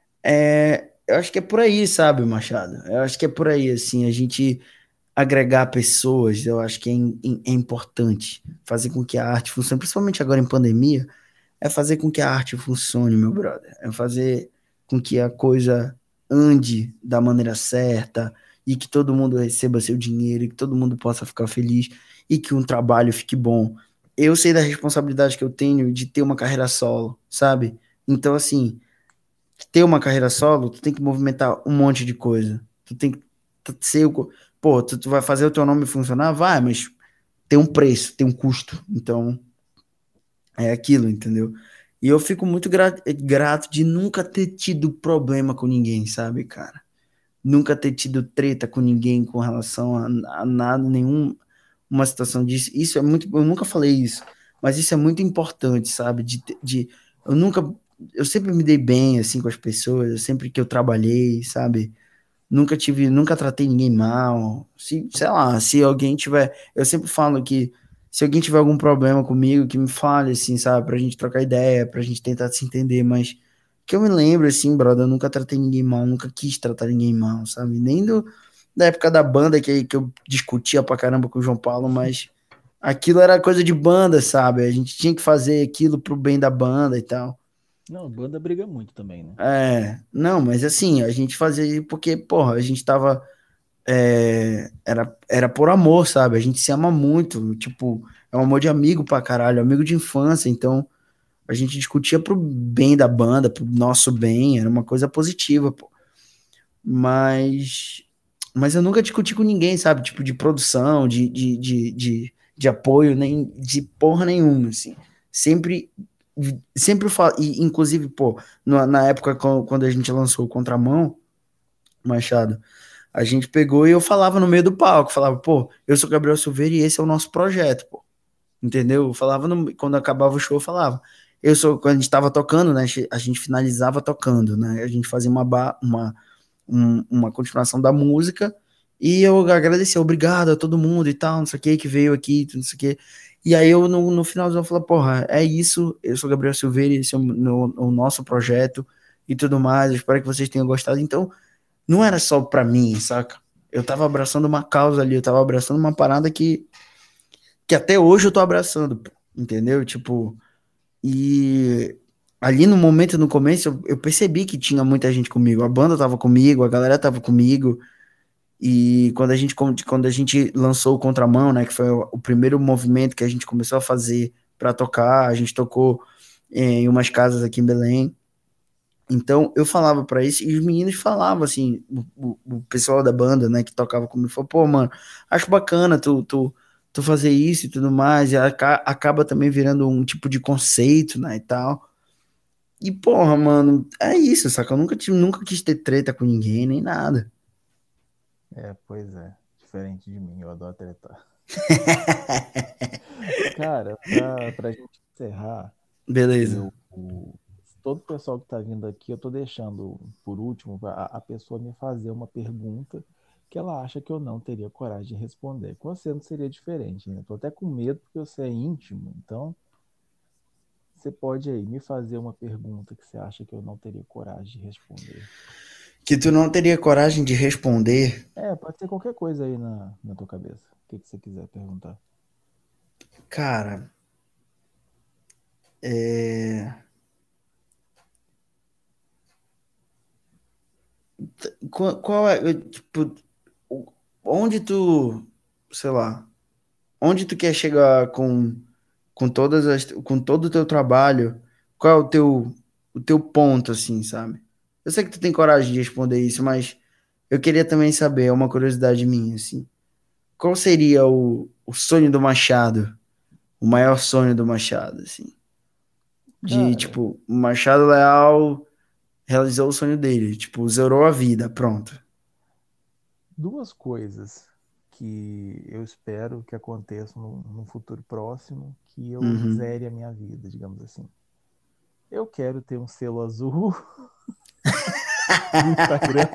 S2: é, eu acho que é por aí, sabe, Machado? Eu acho que é por aí, assim, a gente agregar pessoas, eu acho que é, im- é importante fazer com que a arte funcione, principalmente agora em pandemia, é fazer com que a arte funcione, meu brother. É fazer com que a coisa ande da maneira certa e que todo mundo receba seu dinheiro e que todo mundo possa ficar feliz e que um trabalho fique bom. Eu sei da responsabilidade que eu tenho de ter uma carreira solo, sabe? Então, assim, ter uma carreira solo, tu tem que movimentar um monte de coisa. Tu tem que ser o. Pô, tu, tu vai fazer o teu nome funcionar? Vai, mas tem um preço, tem um custo. Então, é aquilo, entendeu? E eu fico muito gra grato de nunca ter tido problema com ninguém, sabe, cara? Nunca ter tido treta com ninguém com relação a, a nada, nenhum, uma situação disso. Isso é muito. Eu nunca falei isso, mas isso é muito importante, sabe? De, de, eu nunca. Eu sempre me dei bem, assim, com as pessoas, sempre que eu trabalhei, sabe? Nunca tive, nunca tratei ninguém mal. Se, sei lá, se alguém tiver, eu sempre falo que se alguém tiver algum problema comigo, que me fale, assim, sabe, pra gente trocar ideia, pra gente tentar se entender, mas que eu me lembro, assim, brother, eu nunca tratei ninguém mal, nunca quis tratar ninguém mal, sabe? Nem do, da época da banda que, que eu discutia pra caramba com o João Paulo, mas aquilo era coisa de banda, sabe? A gente tinha que fazer aquilo pro bem da banda e tal.
S1: Não, a banda briga muito também, né?
S2: É, não, mas assim, a gente fazia porque, porra, a gente tava é, era, era por amor, sabe? A gente se ama muito, tipo, é um amor de amigo pra caralho, amigo de infância, então a gente discutia pro bem da banda, pro nosso bem, era uma coisa positiva, pô. Mas, mas eu nunca discuti com ninguém, sabe? Tipo, de produção, de, de, de, de, de apoio, nem de porra nenhuma, assim. Sempre, sempre falo, e inclusive, pô, na, na época co- quando a gente lançou o Contramão, Machado, a gente pegou e eu falava no meio do palco, falava, pô, eu sou Gabriel Silveira e esse é o nosso projeto, pô. Entendeu? Eu falava, no- quando acabava o show, eu falava. Eu sou, quando a gente tava tocando, né? A gente finalizava tocando, né? A gente fazia uma, ba- uma, um- uma continuação da música e eu agradecia, obrigado a todo mundo e tal, não sei o que, que veio aqui, não sei o que. E aí eu, no, no finalzão, eu falei, porra, é isso, eu sou Gabriel Silveira, esse é o, no- o nosso projeto e tudo mais, eu espero que vocês tenham gostado. Então, não era só pra mim, saca? Eu tava abraçando uma causa ali, eu tava abraçando uma parada que, que até hoje eu tô abraçando, pô, entendeu? Tipo, e ali no momento, no começo, eu, eu percebi que tinha muita gente comigo. A banda tava comigo, a galera tava comigo. E quando a gente, quando a gente lançou o Contramão, né, que foi o, o primeiro movimento que a gente começou a fazer para tocar, a gente tocou em umas casas aqui em Belém. Então eu falava para isso e os meninos falavam assim, o, o, o pessoal da banda, né, que tocava comigo, falou: pô, mano, acho bacana tu, tu, tu fazer isso e tudo mais, e aca- acaba também virando um tipo de conceito, né, e tal. E porra, mano, é isso, saca? Eu nunca tive, nunca quis ter treta com ninguém, nem nada.
S1: É, pois é. Diferente de mim, eu adoro tretar. Cara, pra, pra gente encerrar,
S2: Beleza.
S1: eu, o- todo o pessoal que tá vindo aqui, eu tô deixando por último a, a pessoa me fazer uma pergunta que ela acha que eu não teria coragem de responder. Com você não seria diferente, né? Tô até com medo porque você é íntimo, então você pode aí me fazer uma pergunta que você acha que eu não teria coragem de responder.
S2: Que tu não teria coragem de responder,
S1: É, pode ser qualquer coisa aí na, na tua cabeça. O que que você quiser perguntar.
S2: cara, é... Qual, qual é, eu, tipo, o- onde tu, sei lá, onde tu quer chegar com, com todas as, com todo o teu trabalho? Qual é o teu, o teu ponto, assim, sabe? Eu sei que tu tem coragem de responder isso, mas eu queria também saber, é uma curiosidade minha, assim. Qual seria o, o sonho do Machado? O maior sonho do Machado, assim? De,
S1: Cara,
S2: tipo, o Machado Leal realizou o sonho dele, tipo, zerou a vida, pronto.
S1: duas coisas que eu espero que aconteçam no, no futuro próximo, que eu
S2: Uhum.
S1: zere a minha vida, digamos assim. Eu quero ter um selo azul no Instagram.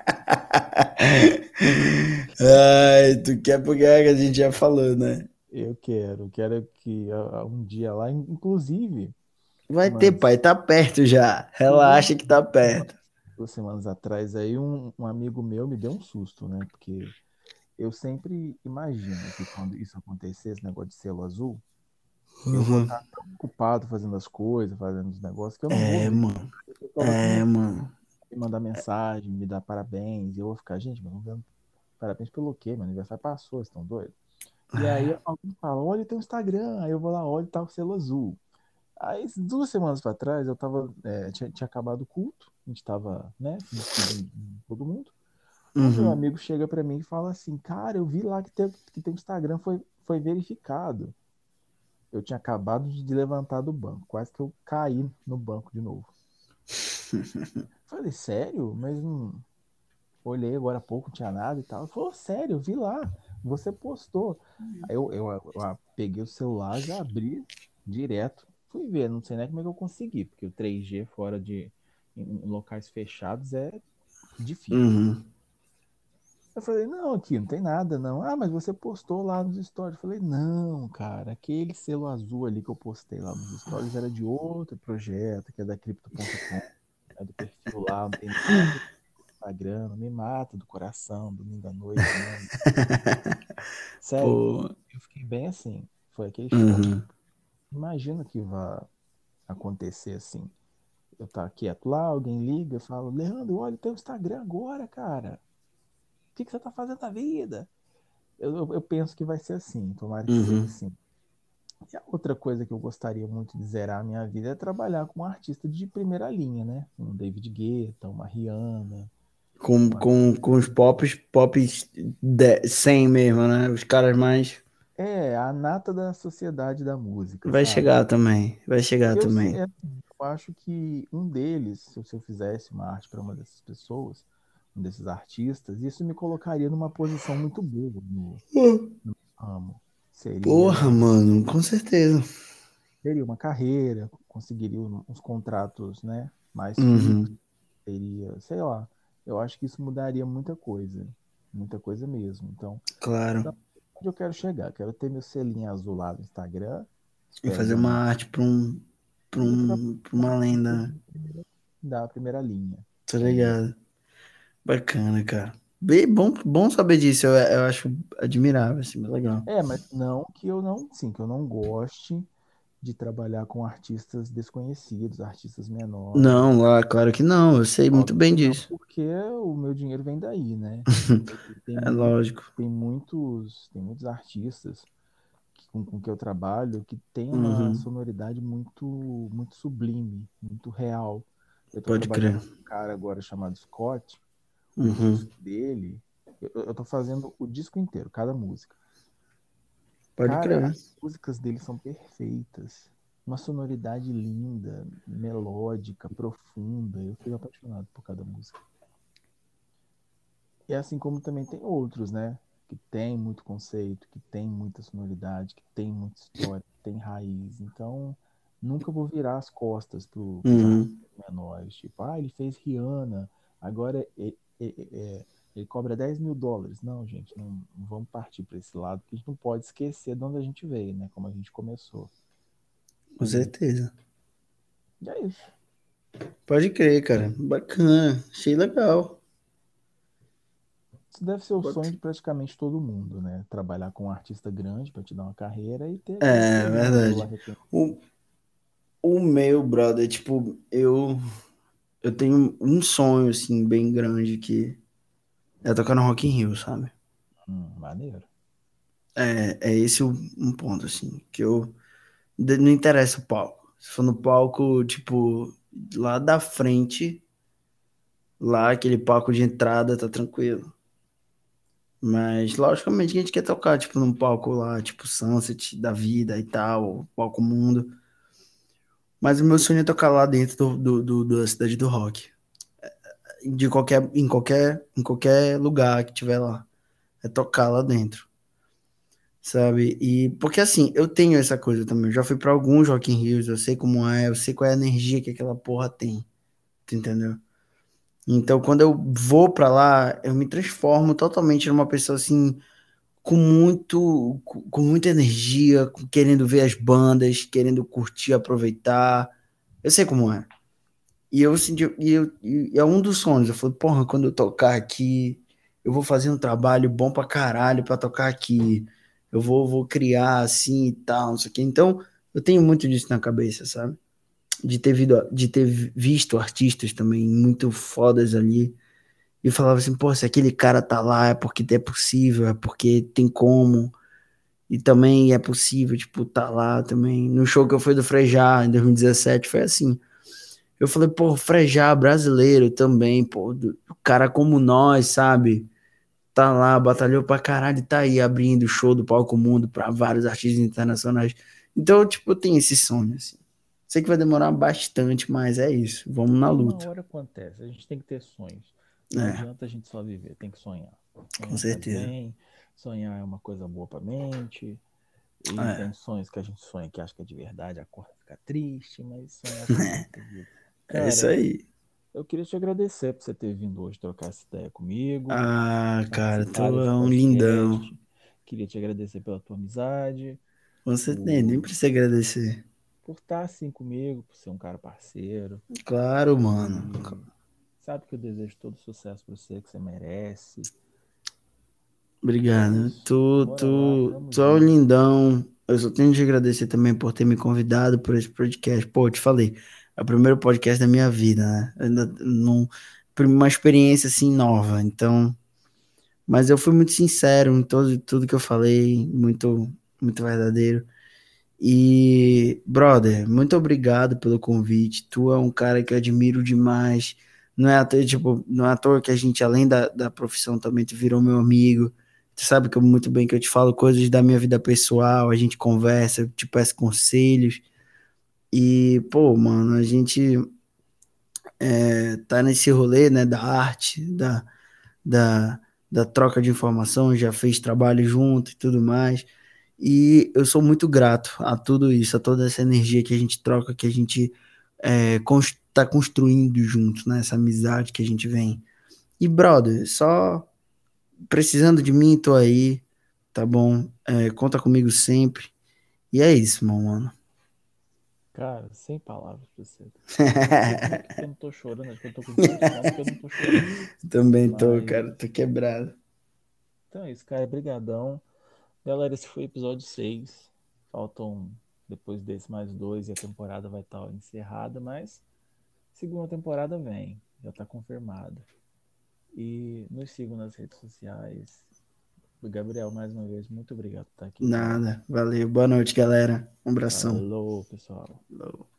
S2: Ai, tu quer porque é que a gente já falou, né?
S1: Eu quero, quero que ah, um dia lá, inclusive,
S2: Vai ter,
S1: umas
S2: pai, tá perto já.
S1: duas,
S2: Relaxa que tá
S1: uma-
S2: perto.
S1: duas semanas atrás aí, um, um amigo meu me deu um susto, né? Porque eu sempre imagino que quando isso acontecer, esse negócio de selo azul, eu vou
S2: Uhum.
S1: estar tão ocupado fazendo as coisas, fazendo os negócios, que eu não vou
S2: É,
S1: ver.
S2: mano.
S1: O pessoal vai
S2: É,
S1: começar
S2: mano.
S1: a me mandar mensagem, me dar parabéns, e eu vou ficar, gente, mas não dando parabéns pelo quê? Meu aniversário passou, vocês estão doidos? E aí alguém fala, olha, tem um Instagram, aí eu vou lá, olha, tá o selo azul. Aí, duas semanas para trás, eu tava, é, tinha, tinha acabado o culto, a gente tava, né, se despedindo de todo mundo. O meu
S2: Uhum.
S1: amigo chega para mim e fala assim, cara, eu vi lá que tem, que tem um Instagram, foi, foi verificado. Eu tinha acabado de levantar do banco, quase que eu caí no banco de novo. Falei, sério? Mas não. Olhei agora há pouco, não tinha nada e tal. Ele falou, sério, eu vi lá, você postou. Aí eu, eu, eu, eu peguei o celular, já abri direto. Fui ver, não sei nem como é que eu consegui, porque o três G fora de em, em locais fechados é difícil.
S2: Uhum.
S1: Eu falei, não, aqui não tem nada, não. Ah, mas você postou lá nos stories. Eu falei, não, cara, aquele selo azul ali que eu postei lá nos stories era de outro projeto, que é da Crypto ponto com, é do perfil lá, não tem nada no Instagram, não me mata do coração, domingo à noite, não. Sério,
S2: Pô.
S1: eu fiquei bem assim, foi aquele choque.
S2: Uhum.
S1: Imagina que vai acontecer assim. Eu tá quieto lá, alguém liga, fala, Leandro, olha o teu Instagram agora, cara. O que que você tá fazendo na vida? Eu, eu, eu penso que vai ser assim, tomara que seja
S2: Uhum.
S1: assim. E a outra coisa que eu gostaria muito de zerar a minha vida é trabalhar com um artista de primeira linha, né? Um David Guetta, uma Rihanna.
S2: Com,
S1: Uma-
S2: com, com os pops, pops de, cem mesmo, né? Os caras mais.
S1: É, a nata da sociedade da música,
S2: Vai
S1: sabe?
S2: chegar também. Vai chegar
S1: Eu, se-
S2: também.
S1: é, eu acho que um deles, se eu se eu fizesse uma arte para uma dessas pessoas, um desses artistas, isso me colocaria numa posição muito boa no, no ramo.
S2: Porra,
S1: Seria,
S2: mano, com certeza.
S1: teria uma carreira, conseguiria um- uns contratos, né, mais fixos,
S2: Uhum,
S1: teria, sei lá. Eu acho que isso mudaria muita coisa, muita coisa mesmo. Então,
S2: claro.
S1: então, onde eu quero chegar? Quero ter meu selinho azul lá no Instagram,
S2: E
S1: espero
S2: fazer
S1: ganhar
S2: uma arte pra, um, pra,
S1: e para
S2: um, pra uma lenda, né?
S1: dar a primeira linha.
S2: Tá
S1: É isso.
S2: ligado? Bacana, cara. Bem, bom, bom saber disso. Eu, eu acho admirável, assim, mas legal.
S1: É, mas não que eu não, sim, que eu não goste de trabalhar com artistas desconhecidos, artistas menores.
S2: Não, lá, claro que não. Eu sei muito
S1: Óbvio
S2: bem
S1: que não,
S2: disso.
S1: porque o meu dinheiro vem daí, né? E tem
S2: É
S1: muito,
S2: lógico.
S1: tem muitos, tem muitos artistas que- com, com que eu trabalho que tem uma
S2: Uhum,
S1: sonoridade muito, muito sublime, muito real. Eu estou
S2: pode
S1: trabalhando
S2: crer.
S1: com um cara agora chamado Scott. O
S2: Uhum,
S1: disco dele, eu, eu tô fazendo o disco inteiro, cada música.
S2: pode
S1: Cara,
S2: crer.
S1: as músicas dele são perfeitas. Uma sonoridade linda, melódica, profunda. Eu fico apaixonado por cada música. E assim como também tem outros, né? Que tem muito conceito, que tem muita sonoridade, que tem muita história, que tem raiz. Então, nunca vou virar as costas pro, pros
S2: Uhum.
S1: artistas menores. Tipo, ah, ele fez Rihanna, agora é- é- é- é- ele cobra dez mil dólares. Não, gente, não, não vamos partir para esse lado, porque a gente não pode esquecer de onde a gente veio, né? Como a gente começou.
S2: Com
S1: E,
S2: certeza.
S1: e é isso.
S2: Pode crer, cara. Bacana. Achei legal.
S1: Isso deve ser o sonho
S2: Bota-
S1: de praticamente todo mundo, né? Trabalhar com um artista grande para te dar uma carreira e ter aquele
S2: É,
S1: selinho azul lá
S2: verdade.
S1: reconhecido.
S2: O, o meu, brother, tipo, eu, eu tenho um sonho, assim, bem grande que é tocar no Rock in Rio, sabe?
S1: Hum, maneiro.
S2: É, é esse o- um ponto, assim, que eu... de- Não interessa o palco. Se for no palco, tipo, lá da frente, lá, aquele palco de entrada, tá tranquilo. Mas, logicamente, que a gente quer tocar, tipo, num palco lá, tipo, Sunset da vida e tal, palco Mundo. Mas o meu sonho é tocar lá dentro do, do, do- da cidade do rock. De qualquer, em qualquer, em qualquer lugar que tiver lá. É tocar lá dentro, sabe? E porque assim, eu tenho essa coisa também. Eu já fui pra alguns Rock in Rios, eu sei como é, eu sei qual é a energia que aquela porra tem, tu entendeu? Então, quando eu vou pra lá, eu me transformo totalmente numa pessoa assim, com muito, com, com muita energia, com- querendo ver as bandas, querendo curtir, aproveitar. Eu sei como é. E eu senti, e eu, e é um dos sonhos. Eu falei, porra, quando eu tocar aqui, eu vou fazer um trabalho bom pra caralho pra tocar aqui. Eu vou, vou criar assim e tal, não sei o quê. Então, eu tenho muito disso na cabeça, sabe? De ter, visto, de ter visto artistas também muito fodas ali. E eu falava assim, pô, se aquele cara tá lá é porque é possível, é porque tem como. E também é possível, tipo, tá lá também. No show que eu fui do Frejá, em dois mil e dezessete, foi assim. Eu falei, pô, Frejá brasileiro também, pô, do- cara como nós, sabe? Tá lá, batalhou pra caralho, e tá aí abrindo o show do Palco Mundo pra vários artistas internacionais. Então, tipo, eu tenho esse sonho, assim. Sei que vai demorar bastante, mas é isso. Vamos na
S1: Uma
S2: luta.
S1: hora acontece. A gente tem que ter sonhos. Não
S2: É,
S1: adianta a gente só viver, tem que sonhar.
S2: com
S1: Sonhar faz
S2: certeza.
S1: bem, sonhar é uma coisa boa pra mente. E
S2: É,
S1: tem sonhos que a gente sonha que acha que é de verdade, acorda e fica triste, mas sonhar faz parte da vida.
S2: é isso
S1: Cara,
S2: aí.
S1: eu queria te agradecer por você ter vindo hoje trocar essa ideia comigo,
S2: Ah, cara,
S1: participar
S2: tu
S1: desse
S2: é um lindão.
S1: podcast. Queria te agradecer pela tua amizade,
S2: Com certeza, nem
S1: por,
S2: precisa agradecer.
S1: por estar assim comigo, por ser um cara parceiro.
S2: Claro, mano.
S1: E sabe que eu desejo todo sucesso para você, que você merece. E é
S2: Obrigado.
S1: isso.
S2: Tu,
S1: Bora lá,
S2: tu,
S1: tamo
S2: tu é um
S1: junto.
S2: lindão. Eu só tenho de agradecer também por ter me convidado por esse podcast. Pô, eu te falei, é o primeiro podcast da minha vida, né? Eu ainda não, uma experiência assim nova. Então, mas eu fui muito sincero em todo, tudo que eu falei, muito, muito verdadeiro. E, brother, muito obrigado pelo convite. Tu é um cara que eu admiro demais. Não é à toa, tipo, não é à toa que a gente, além da, da profissão, também tu virou meu amigo. Tu sabe que eu, muito bem que eu te falo coisas da minha vida pessoal, a gente conversa, eu te peço conselhos. E, pô, mano, a gente é, tá nesse rolê, né, da arte, da, da, da troca de informação, já fez trabalho junto e tudo mais. E eu sou muito grato a tudo isso, a toda essa energia que a gente troca, que a gente é, cons tá construindo junto, né? Essa amizade que a gente vem. E, brother, só precisando de mim, tô aí, tá bom? É, conta comigo sempre. E é isso, meu mano.
S1: Cara, sem palavras pra você. Não sei como é que eu não tô chorando, acho que eu tô com tanto sono que eu não tô chorando.
S2: Também tô,
S1: Mas,
S2: cara, tô quebrado.
S1: então é isso, cara, brigadão. Galera, esse foi o episódio seis. Faltam, depois desse, mais dois e a temporada vai estar encerrada, mas segunda temporada vem, já tá confirmado. E nos sigam nas redes sociais. Gabriel, mais uma vez, muito obrigado por estar aqui, cara.
S2: Nada, valeu. Boa noite, galera. Um abração.
S1: Falou, pessoal.
S2: Falou.